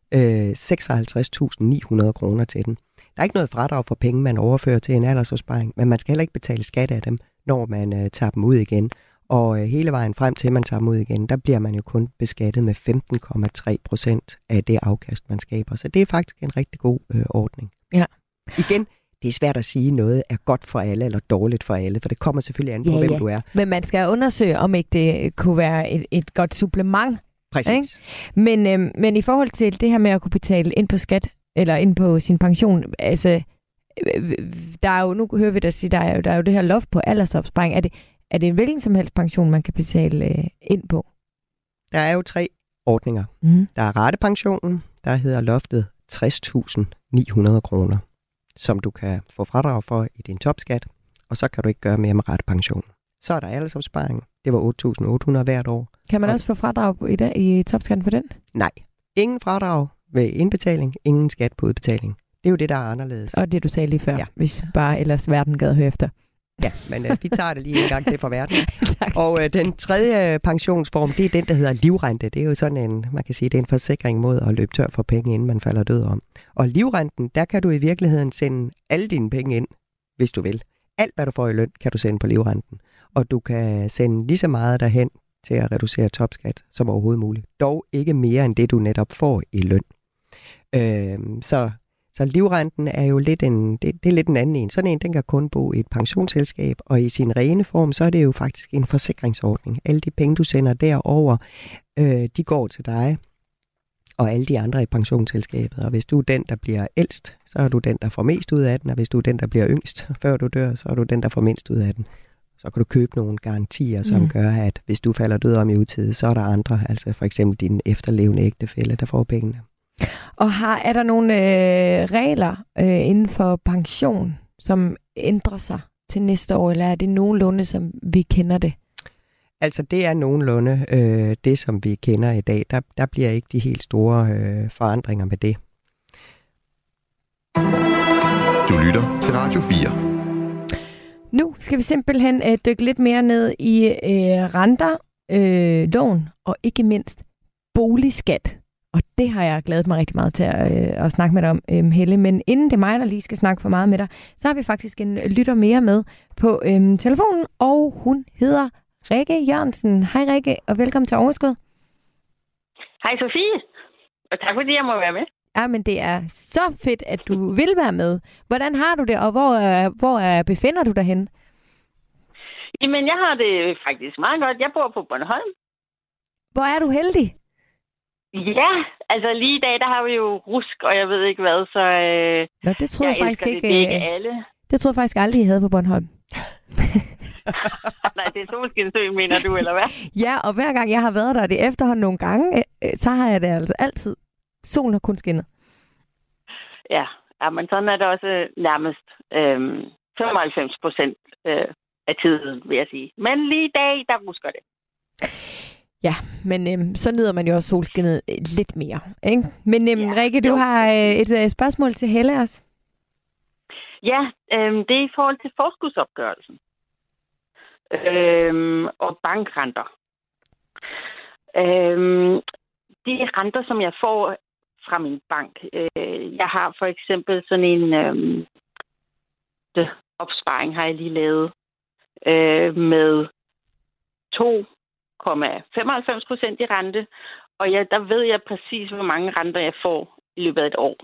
Speaker 4: 56.900 kroner til den. Der er ikke noget fradrag for penge, man overfører til en aldersopsparing, men man skal heller ikke betale skat af dem, når man tager dem ud igen. Og hele vejen frem til, man tager dem ud igen, der bliver man jo kun beskattet med 15,3% af det afkast, man skaber. Så det er faktisk en rigtig god ordning.
Speaker 3: Ja.
Speaker 4: Igen, det er svært at sige, noget er godt for alle eller dårligt for alle, for det kommer selvfølgelig an på, hvem du er.
Speaker 3: Men man skal undersøge, om ikke det kunne være et godt supplement.
Speaker 4: Præcis.
Speaker 3: Men i forhold til det her med at kunne betale ind på skat, eller ind på sin pension, altså, der er jo, nu hører vi dig sige, der er jo det her loft på aldersopsparing. Er det en hvilken som helst pension, man kan betale ind på?
Speaker 4: Der er jo 3 ordninger. Der er ratepensionen, der hedder loftet 60.900 kroner. som du kan få fradrag for i din topskat, og så kan du ikke gøre mere med ratepension. Så er der aldersopsparing. Det var 8.800 hvert år.
Speaker 3: Kan man også få fradrag i topskatten på den?
Speaker 4: Nej. Ingen fradrag ved indbetaling, ingen skat på udbetaling. Det er jo det, der er anderledes.
Speaker 3: Og det, du sagde lige før, hvis bare ellers verden gad høre efter.
Speaker 4: Ja, men vi tager det lige en gang til for verden. Og den tredje pensionsform, det er den, der hedder livrente. Det er jo sådan en, man kan sige, det er en forsikring mod at løbe tør for penge, inden man falder død om. Og livrenten, der kan du i virkeligheden sende alle dine penge ind, hvis du vil. Alt, hvad du får i løn, kan du sende på livrenten. Og du kan sende lige så meget derhen til at reducere topskat som overhovedet muligt. Dog ikke mere end det, du netop får i løn. Så livrenten er jo lidt det er lidt en anden en. Sådan en, den kan kun bo i et pensionsselskab, og i sin rene form, så er det jo faktisk en forsikringsordning. Alle de penge, du sender derover, de går til dig og alle de andre i pensionsselskabet. Og hvis du er den, der bliver ældst, så er du den, der får mest ud af den, og hvis du er den, der bliver yngst, før du dør, så er du den, der får mindst ud af den. Så kan du købe nogle garantier, som gør, at hvis du falder død om i utide, så er der andre, altså for eksempel din efterlevende ægtefælle, der får pengene.
Speaker 3: Og er der nogle regler inden for pension, som ændrer sig til næste år, eller er det nogenlunde, som vi kender det?
Speaker 4: Altså det er nogenlunde det, som vi kender i dag. Der bliver ikke de helt store forandringer med det.
Speaker 2: Du lytter til Radio 4.
Speaker 3: Nu skal vi simpelthen dykke lidt mere ned i renter, lån og ikke mindst boligskat. Og det har jeg glædet mig rigtig meget til at snakke med dig om, Helle. Men inden det er mig, der lige skal snakke for meget med dig, så har vi faktisk en lytter mere med på telefonen, og hun hedder Rikke Jørgensen. Hej Rikke, og velkommen til Overskud.
Speaker 5: Hej Sofie, og tak fordi jeg må være med.
Speaker 3: Ja, men det er så fedt, at du vil være med. Hvordan har du det, og hvor befinder du dig henne?
Speaker 5: Jamen, jeg har det faktisk meget godt. Jeg bor på Bornholm.
Speaker 3: Hvor er du heldig?
Speaker 5: Ja, altså lige i dag, der har vi jo rusk, og jeg ved ikke hvad, så
Speaker 3: Nå, det tror jeg faktisk ikke.
Speaker 5: Det er ikke alle.
Speaker 3: Det tror jeg faktisk aldrig, I havde på Bornholm.
Speaker 5: Nej, det er Solskinsø, mener du, eller hvad?
Speaker 3: Ja, og hver gang jeg har været der, det efterhånden nogle gange, så har jeg det altså altid. Solen har kun skinnet.
Speaker 5: Ja, men sådan er det også nærmest 95% af tiden, vil jeg sige. Men lige i dag, der rusker det.
Speaker 3: Ja, men så nyder man jo også solskinnet lidt mere, ikke? Men Rikke, du har et spørgsmål til Helle også.
Speaker 5: Ja, det er i forhold til forskudsopgørelsen og bankrenter. De renter, som jeg får fra min bank. Jeg har for eksempel sådan en opsparing, har jeg lige lavet med 2,95% i rente. Og der ved jeg præcis, hvor mange renter jeg får i løbet af et år.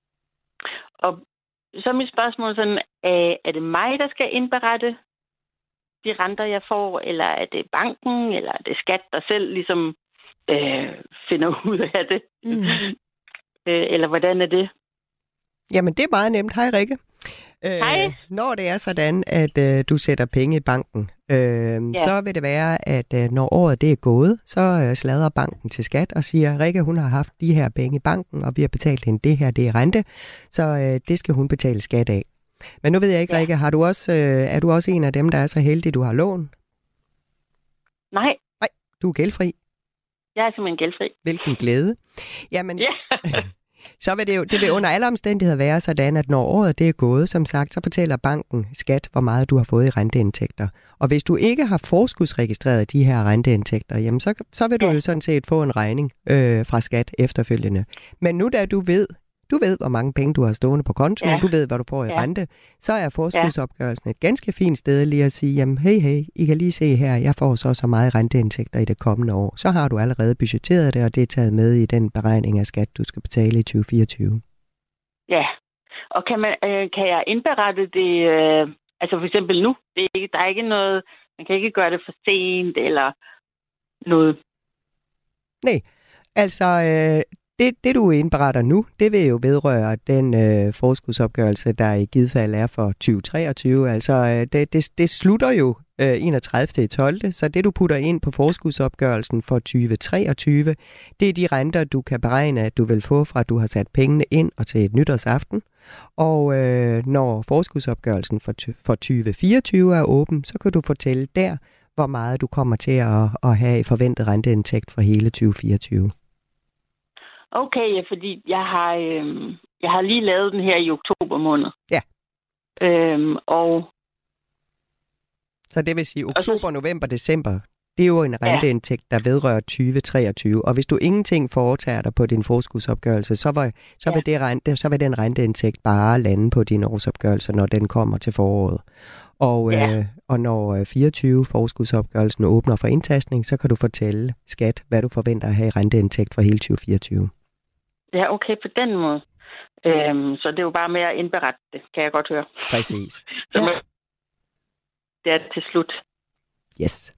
Speaker 5: Og så er mit spørgsmål sådan, er det mig, der skal indberette de renter, jeg får, eller er det banken, eller er det skat, der selv ligesom finder ud af det? Eller hvordan er det?
Speaker 4: Jamen, det er meget nemt. Hej, Rikke.
Speaker 5: Hej.
Speaker 4: Når det er sådan, at du sætter penge i banken, så vil det være, at når året det er gået, så sladrer banken til skat og siger, Rikke, hun har haft de her penge i banken, og vi har betalt hende det her, det er rente, så det skal hun betale skat af. Men nu ved jeg ikke, Rikke, er du også en af dem, der er så heldig, du har lån?
Speaker 5: Nej.
Speaker 4: Nej, du er gældfri.
Speaker 5: Jeg er simpelthen gældfri.
Speaker 4: Hvilken glæde. Jamen, så vil det vil under alle omstændigheder være sådan, at når året det er gået, som sagt, så fortæller banken skat, hvor meget du har fået i renteindtægter. Og hvis du ikke har forskudsregistreret de her renteindtægter, jamen så vil du jo sådan set få en regning fra skat efterfølgende. Men nu da du ved, hvor mange penge du har stående på kontoen, du ved, hvad du får i rente, så er forskudsopgørelsen et ganske fint sted lige at sige, jamen hey, I kan lige se her, jeg får så meget renteindtægter i det kommende år. Så har du allerede budgetteret det, og det er taget med i den beregning af skat, du skal betale i 2024.
Speaker 5: Ja, og kan jeg indberette det, altså for eksempel nu, der er ikke noget, man kan ikke gøre det for sent, eller noget? Nej,
Speaker 4: altså det du indberetter nu, det vil jo vedrøre den forskudsopgørelse, der i givet fald er for 2023. Altså det slutter jo 31.12., så det du putter ind på forskudsopgørelsen for 2023, det er de renter, du kan beregne, at du vil få fra, at du har sat pengene ind og til et nytårsaften. Og når forskudsopgørelsen for 2024 er åben, så kan du fortælle der, hvor meget du kommer til at have i forventet renteindtægt for hele 2024.
Speaker 5: Okay, fordi jeg har lige lavet den her i oktober måned.
Speaker 4: Ja.
Speaker 5: Og
Speaker 4: så det vil sige oktober, november, december, det er jo en renteindtægt, der vedrører 2023. Og hvis du ingenting foretager dig på din forskudsopgørelse, så vil den renteindtægt bare lande på din årsopgørelse, når den kommer til foråret. Og når 24 forskudsopgørelsen åbner for indtastning, så kan du fortælle skat, hvad du forventer at have i renteindtægt for hele 2024.
Speaker 5: Ja, okay, på den måde. Så det er jo bare med at indberette det, kan jeg godt høre.
Speaker 4: Præcis.
Speaker 5: Det er til slut.
Speaker 4: Yes.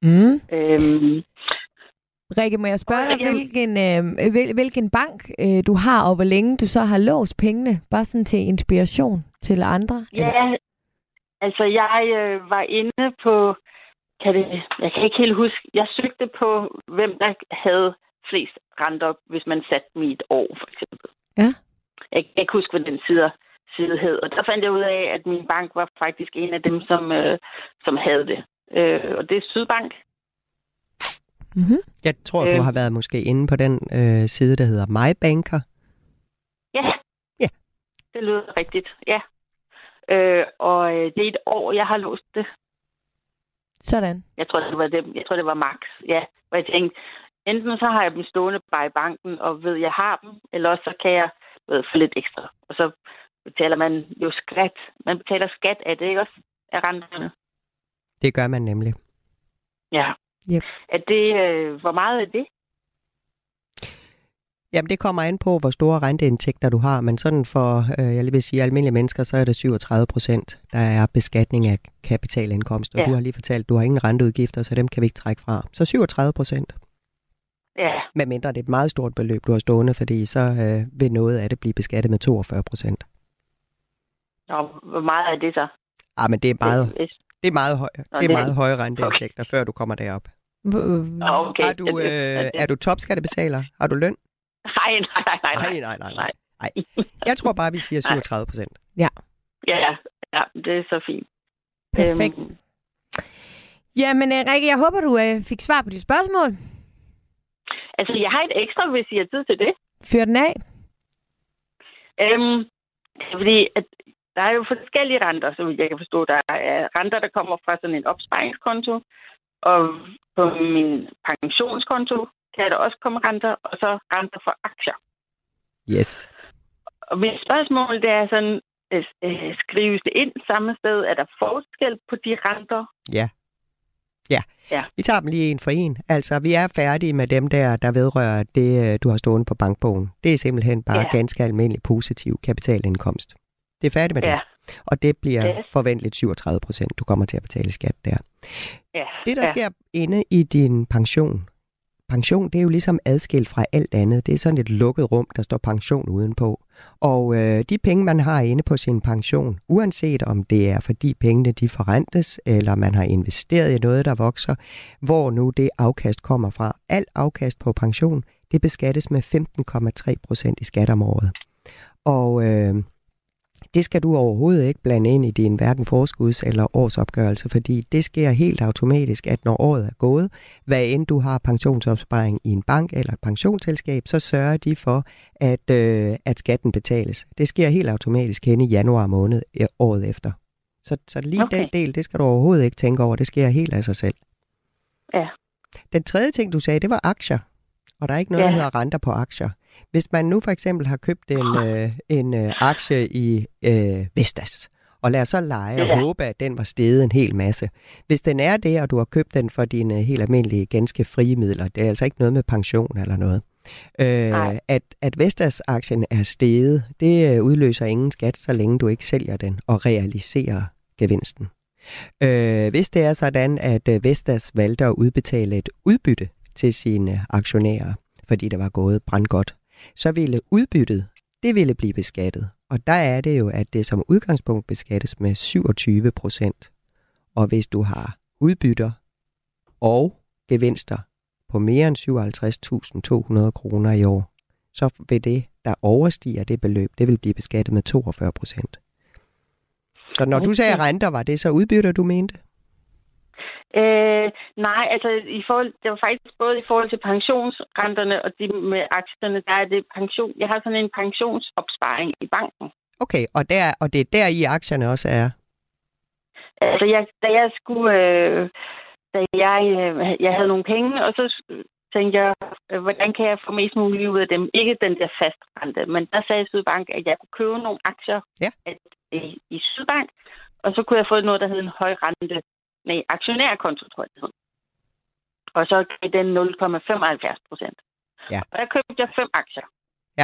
Speaker 3: Rikke, må jeg spørge dig, hvilken bank du har, og hvor længe du så har låst pengene? Bare sådan til inspiration til andre?
Speaker 5: Ja, eller? Altså jeg var inde på, jeg kan ikke helt huske, jeg søgte på, hvem der havde flest renter, hvis man satte dem i et år, for eksempel.
Speaker 3: Ja.
Speaker 5: Jeg kan ikke huske, hvad den side hed. Og der fandt jeg ud af, at min bank var faktisk en af dem, som havde det. Og det er Sydbank.
Speaker 3: Mm-hmm.
Speaker 4: Jeg tror, du har været måske inde på den side, der hedder MyBanker.
Speaker 5: Ja.
Speaker 4: Ja.
Speaker 5: Det lyder rigtigt, ja. Og det er et år, jeg har låst det.
Speaker 3: Sådan.
Speaker 5: Jeg tror, det var max. Ja. Og jeg tænkte, enten så har jeg dem stående bare i banken, og ved, jeg har dem, eller også så kan jeg få lidt ekstra. Og så betaler man jo skat. Man betaler skat af det, ikke også? Af renterne.
Speaker 4: Det gør man nemlig.
Speaker 5: Ja.
Speaker 3: Yep.
Speaker 5: Er det, hvor meget er det?
Speaker 4: Jamen, det kommer an på, hvor store renteindtægter du har, men sådan for, jeg vil sige, almindelige mennesker, så er det 37%, der er beskatning af kapitalindkomst. Og du har lige fortalt, du har ingen renteudgifter, så dem kan vi ikke trække fra. Så 37%.
Speaker 5: Ja.
Speaker 4: Men mindre det er et meget stort beløb, du har stående, fordi så vil noget af det blive beskattet med 42%.
Speaker 5: Og hvor meget er det så?
Speaker 4: Men det er meget høje renteindtægter, før du kommer derop.
Speaker 5: Okay.
Speaker 4: Er du topskattebetaler? Har du løn?
Speaker 5: Nej.
Speaker 4: Jeg tror bare, vi siger 37%.
Speaker 3: Ja,
Speaker 5: det er så fint.
Speaker 3: Perfekt. Jamen, Rikke, jeg håber, du fik svar på dit spørgsmål.
Speaker 5: Altså, jeg har et ekstra, hvis I har tid til det.
Speaker 3: Fyr den af.
Speaker 5: Fordi at der er jo forskellige renter, så jeg kan forstå. Der er renter, der kommer fra sådan en opsparingskonto, og på min pensionskonto kan der også komme renter, og så renter for aktier.
Speaker 4: Yes.
Speaker 5: Og mit spørgsmål, det er sådan, skrives det ind samme sted? Er der forskel på de renter?
Speaker 4: Ja. Vi tager dem lige en for en. Altså, vi er færdige med dem der vedrører det, du har stående på bankbogen. Det er simpelthen bare ganske almindelig positiv kapitalindkomst. Det er færdigt med det. Og det bliver forventeligt 37%, du kommer til at betale skat der. Det, der sker inde i din pension, det er jo ligesom adskilt fra alt andet. Det er sådan et lukket rum, der står pension udenpå. Og de penge, man har inde på sin pension, uanset om det er fordi pengene de forrentes, eller man har investeret i noget, der vokser, hvor nu det afkast kommer fra. Alt afkast på pension, det beskattes med 15,3% i skat om året. Og det skal du overhovedet ikke blande ind i din hverken forskuds- eller årsopgørelse, fordi det sker helt automatisk, at når året er gået, hvad end du har pensionsopsparing i en bank eller et pensionsselskab, så sørger de for, at skatten betales. Det sker helt automatisk hen i januar måned året efter. Så lige den del, det skal du overhovedet ikke tænke over. Det sker helt af sig selv.
Speaker 5: Ja.
Speaker 4: Den tredje ting, du sagde, det var aktier. Og der er ikke noget, der hedder renter på aktier. Hvis man nu for eksempel har købt en aktie i Vestas, og lad os så lege og håbe, at den var steget en hel masse. Hvis den er det, og du har købt den for dine helt almindelige, ganske frie midler, det er altså ikke noget med pension eller noget. At Vestas-aktien er steget, det udløser ingen skat, så længe du ikke sælger den og realiserer gevinsten. Hvis det er sådan, at Vestas valgte at udbetale et udbytte til sine aktionærer, fordi det var gået brandgodt, så ville udbyttet, det ville blive beskattet. Og der er det jo, at det som udgangspunkt beskattes med 27%. Og hvis du har udbytter og gevinster på mere end 57.200 kroner i år, så vil det der overstiger det beløb, det vil blive beskattet med 42%. Så når du sagde renter, var det så udbytter, du mente?
Speaker 5: Nej, altså det var faktisk både i forhold til pensionsrenterne og de med aktierne, der er det pension. Jeg har sådan en pensionsopsparing i banken.
Speaker 4: Okay, og det er der i aktierne også er?
Speaker 5: Altså, jeg havde nogle penge, og så tænkte jeg, hvordan kan jeg få mest muligt ud af dem? Ikke den der fastrente, men der sagde Sydbank, at jeg kunne købe nogle aktier i Sydbank, og så kunne jeg få noget, der hed en højrente. Nej, aktionærkonto, tror jeg det hed. Og så gav den 0,75%.
Speaker 4: Ja.
Speaker 5: Og der købte jeg 5 aktier.
Speaker 4: Ja.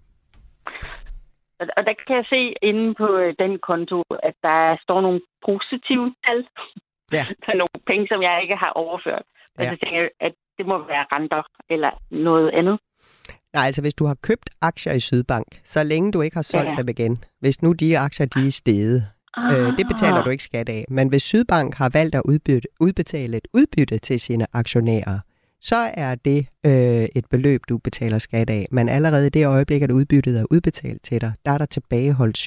Speaker 5: Og der kan jeg se inde på den konto, at der står nogle positive tal.
Speaker 4: Ja.
Speaker 5: Der er nogle penge, som jeg ikke har overført. Og så tænker jeg, at det må være renter eller noget andet.
Speaker 4: Nej, altså hvis du har købt aktier i Sydbank, så længe du ikke har solgt dem igen, hvis nu de aktier, de er steget, det betaler du ikke skat af. Men hvis Sydbank har valgt at udbetale et udbytte til sine aktionærer, så er det et beløb, du betaler skat af. Men allerede i det øjeblik, at udbyttet er udbetalt til dig, der er der tilbageholdt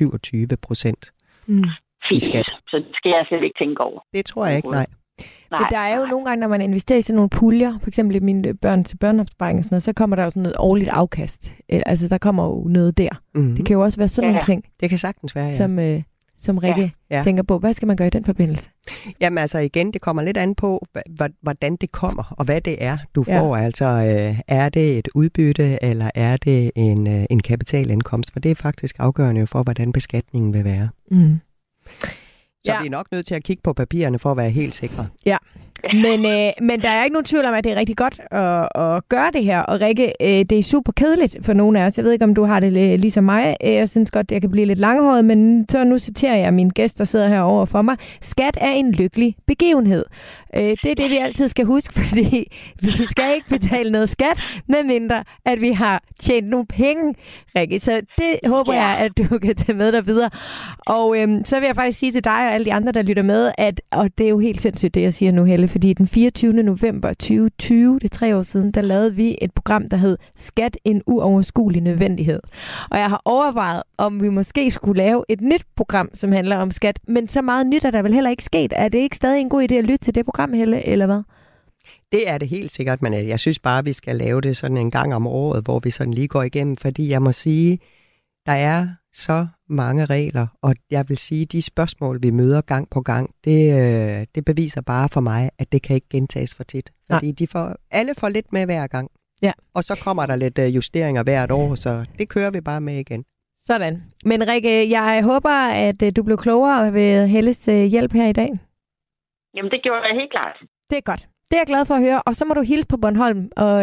Speaker 4: 27% i skat.
Speaker 5: Så det skal jeg slet ikke tænke over.
Speaker 4: Det tror jeg ikke, nej.
Speaker 3: Men der er jo nogle gange, når man investerer i sådan nogle puljer, for eksempel i mine børn til børneopsparing og sådan noget, så kommer der jo sådan noget årligt afkast. Altså, der kommer jo noget der. Mm-hmm. Det kan jo også være sådan nogle ting.
Speaker 4: Det kan sagtens være,
Speaker 3: som Rikke tænker på. Hvad skal man gøre i den forbindelse?
Speaker 4: Jamen altså igen, det kommer lidt an på, hvordan det kommer, og hvad det er, du får. Altså, er det et udbytte, eller er det en kapitalindkomst? For det er faktisk afgørende for, hvordan beskatningen vil være. Mm. Så vi er nok nødt til at kigge på papirerne for at være helt sikre. Ja,
Speaker 3: men der er ikke nogen tvivl om, at det er rigtig godt at gøre det her. Og Rikke, det er super kedeligt for nogle af os. Jeg ved ikke, om du har det ligesom mig. Jeg synes godt, jeg kan blive lidt langhåret, men så nu citerer jeg min gæst, der sidder her over for mig. Skat er en lykkelig begivenhed. Det er det, vi altid skal huske, fordi vi skal ikke betale noget skat, medmindre at vi har tjent nogle penge, Rikke. Så det håber jeg, at du kan tage med dig videre. Og så vil jeg faktisk sige til dig og alle de andre, der lytter med, og det er jo helt sindssygt, det jeg siger nu, Helle, fordi den 24. november 2020, det er 3 år siden, der lavede vi et program, der hed Skat en uoverskuelig nødvendighed. Og jeg har overvejet, om vi måske skulle lave et nyt program, som handler om skat, men så meget nyt er der vel heller ikke sket. Er det ikke stadig en god idé at lytte til det program, Helle, eller hvad?
Speaker 4: Det er det helt sikkert, men jeg synes bare, vi skal lave det sådan en gang om året, hvor vi sådan lige går igennem, fordi jeg må sige, der er så mange regler, og jeg vil sige, de spørgsmål, vi møder gang på gang, det beviser bare for mig, at det kan ikke gentages for tit. Fordi alle får lidt med hver gang. Ja. Og så kommer der lidt justeringer hvert år, så det kører vi bare med igen.
Speaker 3: Sådan. Men Rikke, jeg håber, at du blev klogere ved Helles hjælp her i dag.
Speaker 5: Jamen, det gjorde jeg helt klart.
Speaker 3: Det er godt. Det er jeg glad for at høre. Og så må du hilse på Bornholm og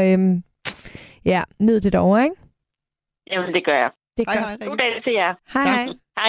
Speaker 3: nyd det derovre, ikke?
Speaker 5: Jamen, det gør jeg.
Speaker 4: Hej,
Speaker 5: god dag til jer.
Speaker 3: Hej.
Speaker 5: Hej.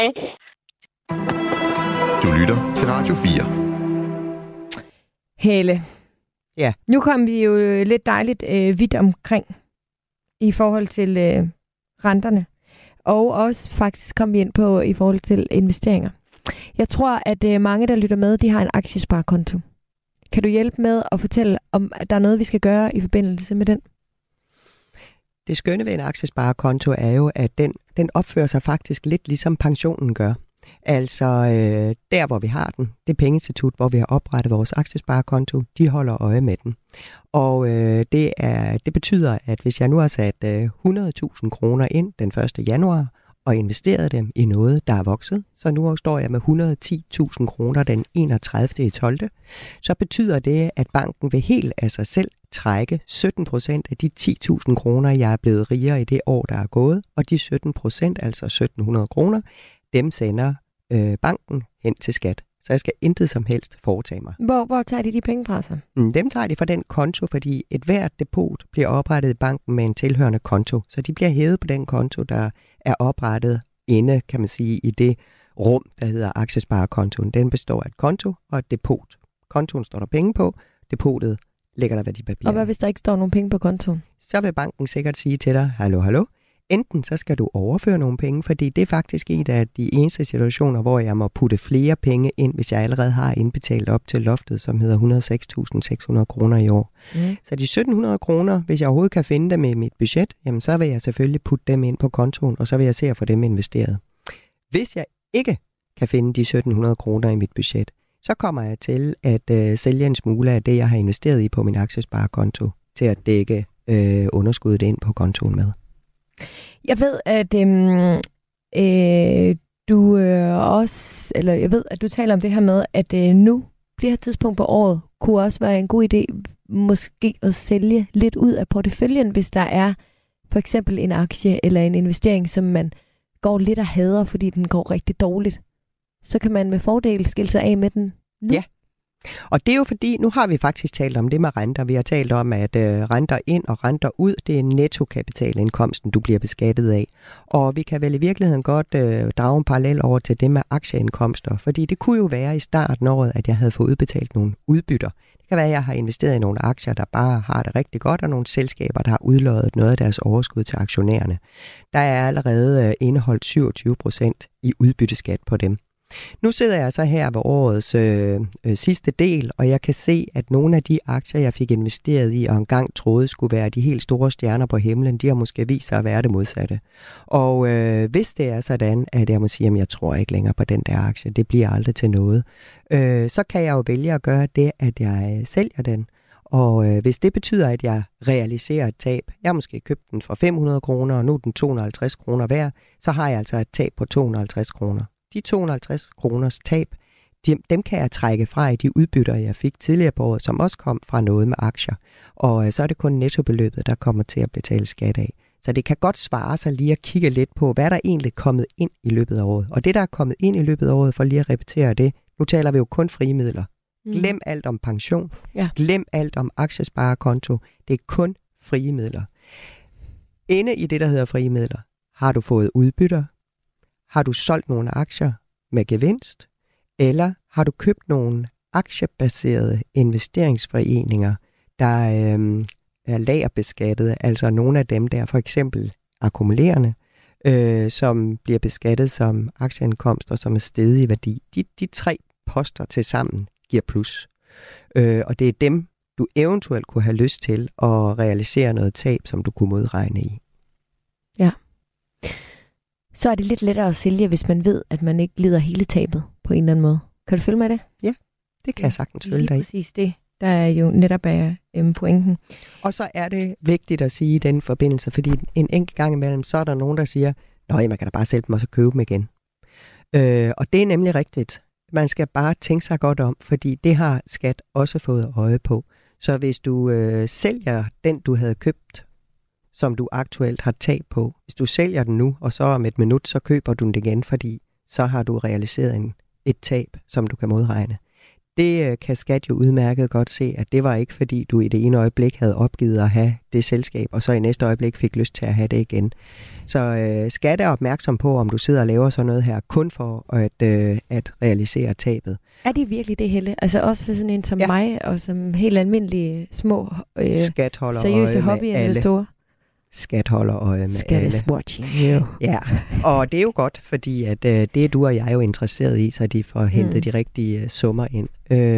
Speaker 2: Du lytter til Radio 4.
Speaker 3: Helle.
Speaker 4: Ja.
Speaker 3: Nu kom vi jo lidt dejligt vidt omkring i forhold til renterne. Og også faktisk kom vi ind på i forhold til investeringer. Jeg tror, at mange, der lytter med, de har en aktiesparekonto. Kan du hjælpe med at fortælle, om der er noget, vi skal gøre i forbindelse med den?
Speaker 4: Det skønne ved en aktiesparekonto er jo, at den opfører sig faktisk lidt ligesom pensionen gør. Altså der, hvor vi har den, det pengeinstitut, hvor vi har oprettet vores aktiesparekonto, de holder øje med den. Og det betyder, at hvis jeg nu har sat 100.000 kroner ind den 1. januar, og investeret dem i noget, der er vokset, så nu står jeg med 110.000 kroner den 31.12., så betyder det, at banken vil helt af sig selv trække 17% af de 10.000 kroner, jeg er blevet rigere i det år, der er gået, og de 17%, altså 1.700 kroner, dem sender banken hen til skat. Så jeg skal intet som helst foretage mig.
Speaker 3: Hvor tager de penge fra sig?
Speaker 4: Dem tager de fra den konto, fordi et hvert depot bliver oprettet i banken med en tilhørende konto. Så de bliver hævet på den konto, der er oprettet inde, kan man sige, i det rum, der hedder aktiesparekontoen. Den består af et konto og et depot. Kontoen står der penge på, depotet lægger der værdipapirer.
Speaker 3: Og hvad hvis der ikke står nogen penge på kontoen?
Speaker 4: Så vil banken sikkert sige til dig, hallo, enten så skal du overføre nogle penge, fordi det er faktisk en af de eneste situationer, hvor jeg må putte flere penge ind, hvis jeg allerede har indbetalt op til loftet, som hedder 106.600 kroner i år. Så de 1.700 kroner, hvis jeg overhovedet kan finde dem i mit budget, jamen så vil jeg selvfølgelig putte dem ind på kontoen, og så vil jeg se at få dem investeret. Hvis jeg ikke kan finde de 1.700 kroner i mit budget, så kommer jeg til at sælge en smule af det, jeg har investeret i på min aktiesparekonto, til at dække underskuddet ind på kontoen med.
Speaker 3: Jeg ved, at jeg ved, at du taler om det her med, at nu, det her tidspunkt på året, kunne også være en god idé, måske at sælge lidt ud af porteføljen, hvis der er for eksempel en aktie eller en investering, som man går lidt og hader, fordi den går rigtig dårligt. Så kan man med fordel skille sig af med den nu.
Speaker 4: Ja. Og det er jo fordi, nu har vi faktisk talt om det med renter. Vi har talt om, at renter ind og renter ud, det er nettokapitalinkomsten, du bliver beskattet af. Og vi kan vel i virkeligheden godt drage en parallel over til det med aktieindkomster. Fordi det kunne jo være i starten af året, at jeg havde fået udbetalt nogle udbytter. Det kan være, at jeg har investeret i nogle aktier, der bare har det rigtig godt, og nogle selskaber, der har udloddet noget af deres overskud til aktionærerne. Der er allerede indeholdt 27% i udbytteskat på dem. Nu sidder jeg så her ved årets sidste del, og jeg kan se, at nogle af de aktier, jeg fik investeret i, og engang troede skulle være de helt store stjerner på himlen, de har måske vist sig at være det modsatte. Og hvis det er sådan, at jeg må sige, at jeg tror ikke længere på den der aktie, det bliver aldrig til noget, så kan jeg jo vælge at gøre det, at jeg sælger den. Og hvis det betyder, at jeg realiserer et tab, jeg har måske købt den for 500 kroner, og nu er den 250 kroner værd, så har jeg altså et tab på 250 kroner. De 250 kroners tab, dem kan jeg trække fra i de udbytter, jeg fik tidligere på året, som også kom fra noget med aktier. Og så er det kun nettobeløbet, der kommer til at betale skat af. Så det kan godt svare sig lige at kigge lidt på, hvad der er egentlig kommet ind i løbet af året. Og det, der er kommet ind i løbet af året, for lige at repetere det, nu taler vi jo kun frie midler. Glem alt om pension. Ja. Glem alt om aktiesparekonto. Det er kun frie midler. Inde i det, der hedder frie midler, har du fået udbytter? Har du solgt nogle aktier med gevinst? Eller har du købt nogle aktiebaserede investeringsforeninger, der er lagerbeskattet, altså nogle af dem der for eksempel akkumulerende, som bliver beskattet som aktieindkomst og som er steget i værdi. De tre poster til sammen giver plus. Og det er dem, du eventuelt kunne have lyst til at realisere noget tab, som du kunne modregne i.
Speaker 3: Ja. Så er det lidt lettere at sælge, hvis man ved, at man ikke lider hele tabet på en eller anden måde. Kan du følge med det?
Speaker 4: Ja, det kan jeg sagtens følge dig i.
Speaker 3: Præcis det, der er jo netop er pointen.
Speaker 4: Og så er det vigtigt at sige i den forbindelse, fordi en enkelt gang imellem, så er der nogen, der siger, nej, man kan da bare sælge dem og så købe dem igen. Og det er nemlig rigtigt. Man skal bare tænke sig godt om, fordi det har skat også fået øje på. Så hvis du sælger den, du havde købt, som du aktuelt har tab på. Hvis du sælger den nu, og så om et minut, så køber du den igen, fordi så har du realiseret et tab, som du kan modregne. Det kan skat jo udmærket godt se, at det var ikke fordi, du i det ene øjeblik havde opgivet at have det selskab, og så i næste øjeblik fik lyst til at have det igen. Så skat er opmærksom på, om du sidder og laver sådan noget her, kun for at realisere tabet.
Speaker 3: Er det virkelig det, Helle? Altså også for sådan en som mig, og som helt almindelige små seriøse hobbyinvestorer?
Speaker 4: Skat holder øje med
Speaker 3: Skat
Speaker 4: alle.
Speaker 3: Is watching you.
Speaker 4: Ja, og det er jo godt, fordi at det er du og jeg jo interesseret i, så de får hentet de rigtige summer ind.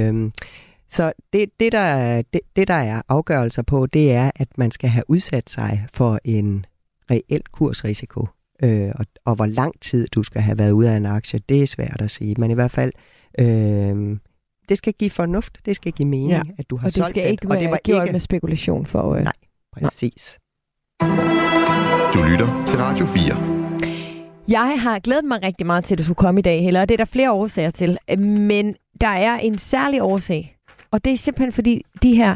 Speaker 4: Så det der er afgørelser på, det er, at man skal have udsat sig for en reel kursrisiko. Og hvor lang tid du skal have været ude af en aktie, det er svært at sige. Men i hvert fald, det skal give fornuft, det skal give mening, at du har solgt det.
Speaker 3: Og det skal ikke være gjort med spekulation for...
Speaker 4: Nej, præcis.
Speaker 2: Du lytter til Radio 4.
Speaker 3: Jeg har glædet mig rigtig meget til, at du skulle komme i dag, Helle, og det er der flere årsager til. Men der er en særlig årsag, og det er simpelthen fordi de her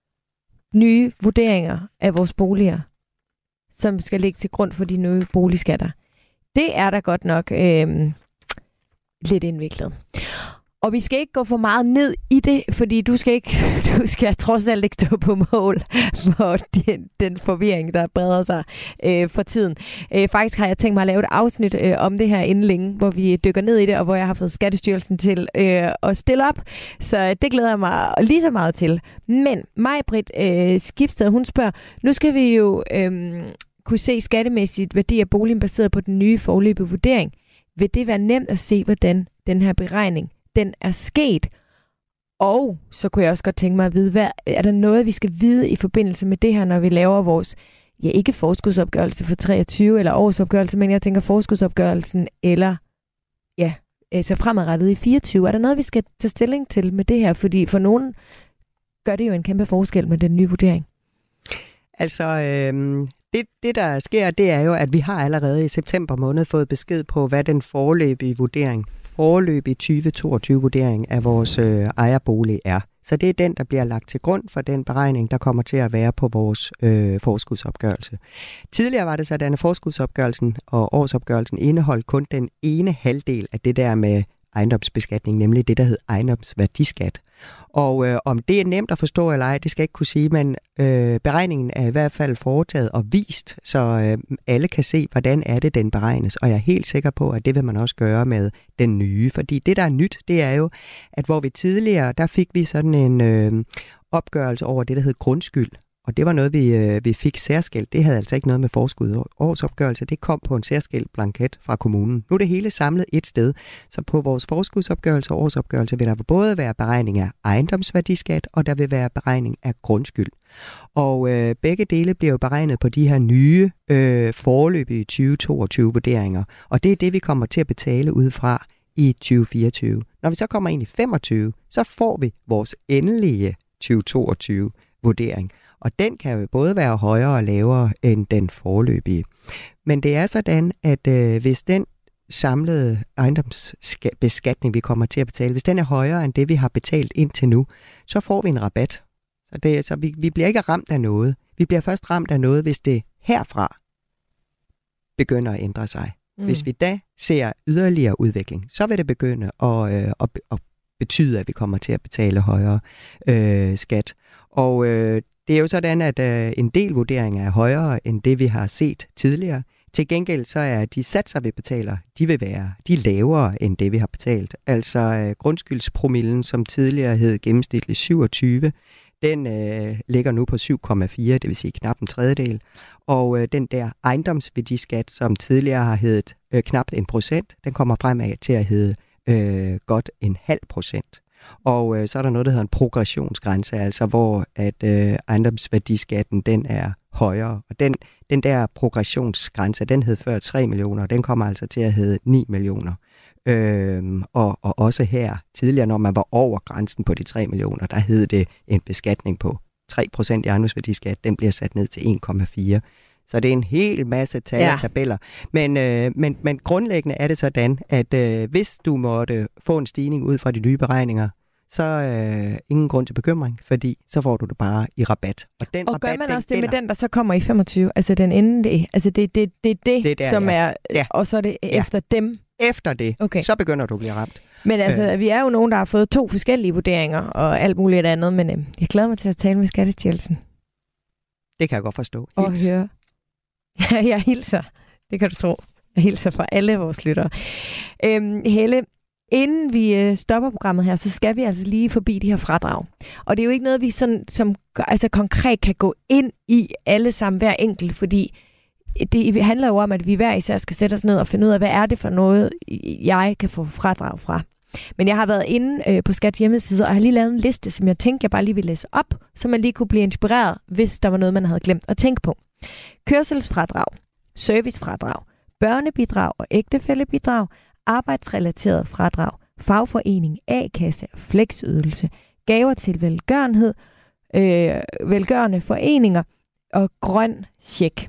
Speaker 3: nye vurderinger af vores boliger, som skal ligge til grund for de nye boligskatter, det er der godt nok lidt indviklet. Og vi skal ikke gå for meget ned i det, fordi du skal trods alt ikke stå på mål for den forvirring, der breder sig for tiden. Faktisk har jeg tænkt mig at lave et afsnit om det her inden længe, hvor vi dykker ned i det, og hvor jeg har fået Skattestyrelsen til at stille op. Så det glæder jeg mig lige så meget til. Men Maj-Britt Skibsted, hun spørger, nu skal vi jo kunne se skattemæssigt værdi af boligen baseret på den nye foreløbige vurdering, vil det være nemt at se, hvordan den her beregning den er sket. Og så kunne jeg også godt tænke mig at vide, er der noget, vi skal vide i forbindelse med det her, når vi laver vores, ikke forskudsopgørelse for 23 eller årsopgørelse, men jeg tænker forskudsopgørelsen eller altså fremadrettet i 24. Er der noget, vi skal tage stilling til med det her? Fordi for nogen gør det jo en kæmpe forskel med den nye vurdering.
Speaker 4: Altså, det der sker, det er jo, at vi har allerede i september måned fået besked på, hvad den foreløbige 2022-vurdering af vores ejerbolig er. Så det er den, der bliver lagt til grund for den beregning, der kommer til at være på vores forskudsopgørelse. Tidligere var det sådan, at forskudsopgørelsen og årsopgørelsen indeholdt kun den ene halvdel af det der med ejendomsbeskatning, nemlig det, der hed ejendomsværdiskat. Og om det er nemt at forstå eller ej, det skal jeg ikke kunne sige, men beregningen er i hvert fald foretaget og vist, så alle kan se, hvordan er det, den beregnes. Og jeg er helt sikker på, at det vil man også gøre med den nye. Fordi det, der er nyt, det er jo, at hvor vi tidligere, der fik vi sådan en opgørelse over det, der hed grundskyld. Og det var noget, vi fik særskilt. Det havde altså ikke noget med forskud årsopgørelse. Det kom på en særskilt blanket fra kommunen. Nu er det hele samlet et sted. Så på vores forskudsopgørelse og årsopgørelse vil der både være beregning af ejendomsværdiskat, og der vil være beregning af grundskyld. Og begge dele bliver jo beregnet på de her nye foreløbige 2022-vurderinger. Og det er det, vi kommer til at betale ud fra i 2024. Når vi så kommer ind i 25, så får vi vores endelige 2022-vurdering. Og den kan jo både være højere og lavere end den foreløbige. Men det er sådan, at hvis den samlede ejendomsbeskatning, vi kommer til at betale, hvis den er højere end det, vi har betalt indtil nu, så får vi en rabat. Så vi bliver ikke ramt af noget. Vi bliver først ramt af noget, hvis det herfra begynder at ændre sig. Hvis vi da ser yderligere udvikling, så vil det begynde at betyde, at vi kommer til at betale højere skat. Og det er jo sådan, at en del vurderinger er højere end det, vi har set tidligere. Til gengæld så er de satser, vi betaler, de er lavere end det, vi har betalt. Altså grundskyldspromillen, som tidligere hed gennemsnitligt 27, den ligger nu på 7,4, det vil sige knap en tredjedel. Og den der ejendomsværdiskat, som tidligere har heddet knap 1%, den kommer fremad til at hedde godt 0,5%. Og så er der noget, der hedder en progressionsgrænse, altså hvor at ejendomsværdiskatten den er højere. Og den der progressionsgrænse, den hed før 3 millioner, den kommer altså til at hedde 9 millioner. Og også her, tidligere når man var over grænsen på de 3 millioner, der hed det en beskatning på 3% i ejendomsværdiskat, den bliver sat ned til 1,4. Så det er en hel masse tal og tabeller. Men grundlæggende er det sådan, at hvis du måtte få en stigning ud fra de nye beregninger, så ingen grund til bekymring, fordi så får du det bare i rabat. Og rabat,
Speaker 3: gør man også det med den, der så kommer i 25? Altså den endelige? Altså det der, som er... Ja. Og så er det efter dem?
Speaker 4: Efter det, så begynder du at blive ramt.
Speaker 3: Men altså, vi er jo nogen, der har fået 2 forskellige vurderinger og alt muligt andet, men jeg glæder mig til at tale med Skattestyrelsen.
Speaker 4: Det kan jeg godt forstå.
Speaker 3: Og høre. Ja, jeg hilser. Det kan du tro. Jeg hilser fra alle vores lyttere. Helle, inden vi stopper programmet her, så skal vi altså lige forbi de her fradrag. Og det er jo ikke noget, vi sådan, som altså konkret kan gå ind i alle sammen, hver enkelt, fordi det handler jo om, at vi hver især skal sætte os ned og finde ud af, hvad er det for noget, jeg kan få fradrag fra. Men jeg har været inde på Skats hjemmeside, og har lige lavet en liste, som jeg tænkte, jeg bare lige vil læse op, så man lige kunne blive inspireret, hvis der var noget, man havde glemt at tænke på. Kørselsfradrag, servicefradrag, børnebidrag og ægtefællebidrag, arbejdsrelateret fradrag, fagforening, A-kasse og fleksydelse, gaver til velgørenhed, velgørende foreninger og grøn check.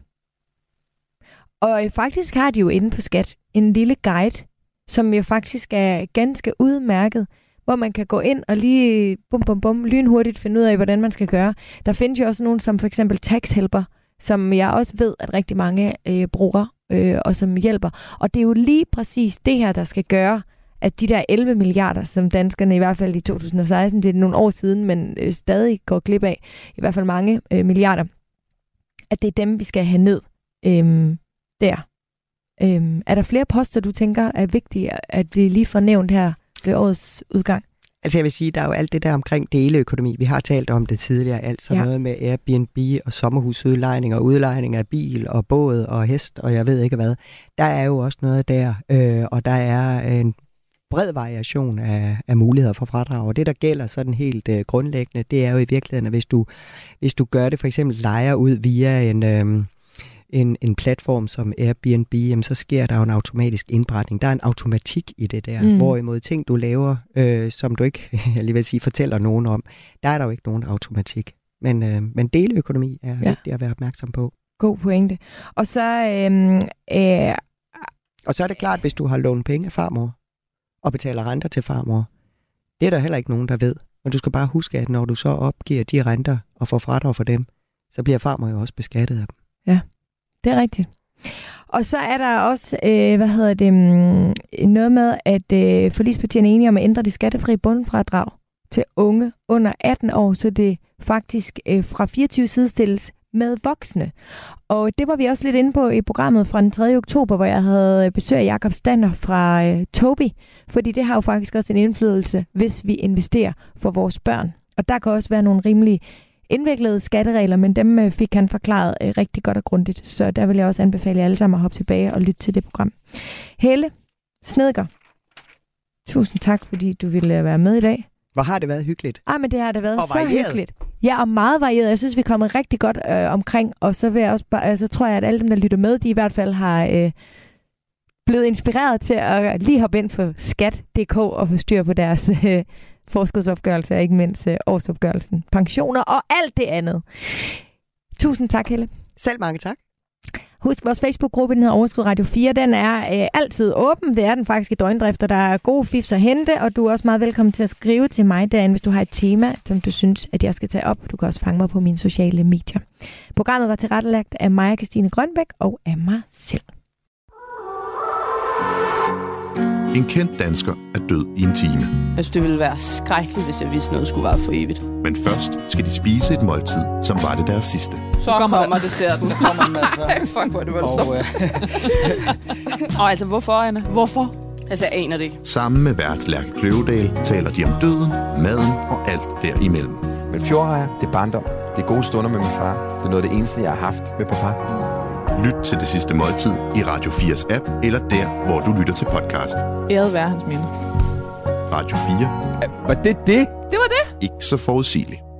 Speaker 3: Og faktisk har de jo inde på Skat en lille guide, som jo faktisk er ganske udmærket, hvor man kan gå ind og lige lynhurtigt finde ud af, hvordan man skal gøre. Der findes jo også nogen som for eksempel Tax Helper, som jeg også ved, at rigtig mange bruger og som hjælper. Og det er jo lige præcis det her, der skal gøre, at de der 11 milliarder, som danskerne i hvert fald i 2016, det er nogle år siden, men stadig går glip af, i hvert fald mange milliarder, at det er dem, vi skal have ned der. Er der flere poster, du tænker er vigtige, at vi lige får nævnt her ved årets udgang?
Speaker 4: Altså jeg vil sige, der er jo alt det der omkring deleøkonomi. Vi har talt om det tidligere, altså noget med Airbnb og sommerhusudlejning og udlejning af bil og båd og hest og jeg ved ikke hvad. Der er jo også noget der, og der er en bred variation af muligheder for fradrag. Og det, der gælder sådan helt grundlæggende, det er jo i virkeligheden, at hvis du gør det for eksempel lejer ud via en platform som Airbnb, jamen, så sker der jo en automatisk indberetning. Der er en automatik i det der. Hvorimod ting, du laver, som du ikke, jeg lige vil sige, fortæller nogen om, der er der jo ikke nogen automatik. Men deleøkonomi er vigtigt at være opmærksom på.
Speaker 3: God pointe. Og så
Speaker 4: og så er det klart, hvis du har lånt penge af farmor og betaler renter til farmor, det er der heller ikke nogen, der ved. Men du skal bare huske, at når du så opgiver de renter og får fradrag for dem, så bliver farmor jo også beskattet af dem.
Speaker 3: Ja, det er rigtigt. Og så er der også, noget med, at forligspartierne er enige om at ændre det skattefri bundfradrag til unge under 18 år, så det faktisk fra 24 sidestilles med voksne. Og det var vi også lidt inde på i programmet fra den 3. oktober, hvor jeg havde besøg af Jakob Stander fra Tobi, fordi det har jo faktisk også en indflydelse, hvis vi investerer for vores børn. Og der kan også være nogle rimelig indviklede skatteregler, men dem fik han forklaret rigtig godt og grundigt. Så der vil jeg også anbefale jer alle sammen at hoppe tilbage og lytte til det program. Helle Snedker, tusind tak, fordi du ville være med i dag.
Speaker 4: Hvor har det været hyggeligt?
Speaker 3: Men det har det været så hyggeligt. Ja, og meget varieret. Jeg synes, vi er kommet rigtig godt omkring, og så vil jeg også bare, så tror jeg, at alle dem, der lytter med, de i hvert fald har blevet inspireret til at lige hoppe ind på skat.dk og få styr på deres forskudsopgørelse, og ikke mindst årsopgørelsen, pensioner og alt det andet. Tusind tak, Helle.
Speaker 4: Selv mange tak.
Speaker 3: Husk, vores Facebook-gruppe, den hedder Overskud Radio 4, den er altid åben. Det er den faktisk i døgndrift, og der er gode fifs at hente, og du er også meget velkommen til at skrive til mig derinde, hvis du har et tema, som du synes, at jeg skal tage op. Du kan også fange mig på mine sociale medier. Programmet var tilrettelagt af Maja Christine Grønbæk og af mig selv.
Speaker 2: En kendt dansker er død i en time.
Speaker 6: Jeg synes, det ville være skrækkeligt, hvis jeg vidste noget skulle være for evigt.
Speaker 2: Men først skal de spise et måltid, som var det deres sidste.
Speaker 6: Så kommer desserten.
Speaker 7: Så kommer den altså.
Speaker 6: Fuck, hvor er det voldsomt. Og altså, hvorfor, Anna? Hvorfor? Altså, jeg aner det ikke.
Speaker 2: Sammen med vært Lærke Kløvedal taler de om døden, maden og alt derimellem.
Speaker 8: Men fjordrejer, det er barndom. Det er gode stunder med min far. Det er noget af det eneste, jeg har haft med papa.
Speaker 2: Lyt til Det Sidste Måltid i Radio 4's app, eller der, hvor du lytter til podcast.
Speaker 6: Æret være hans minde.
Speaker 2: Radio 4.
Speaker 8: Var det?
Speaker 6: Det var det.
Speaker 2: Ikke så forudsigeligt.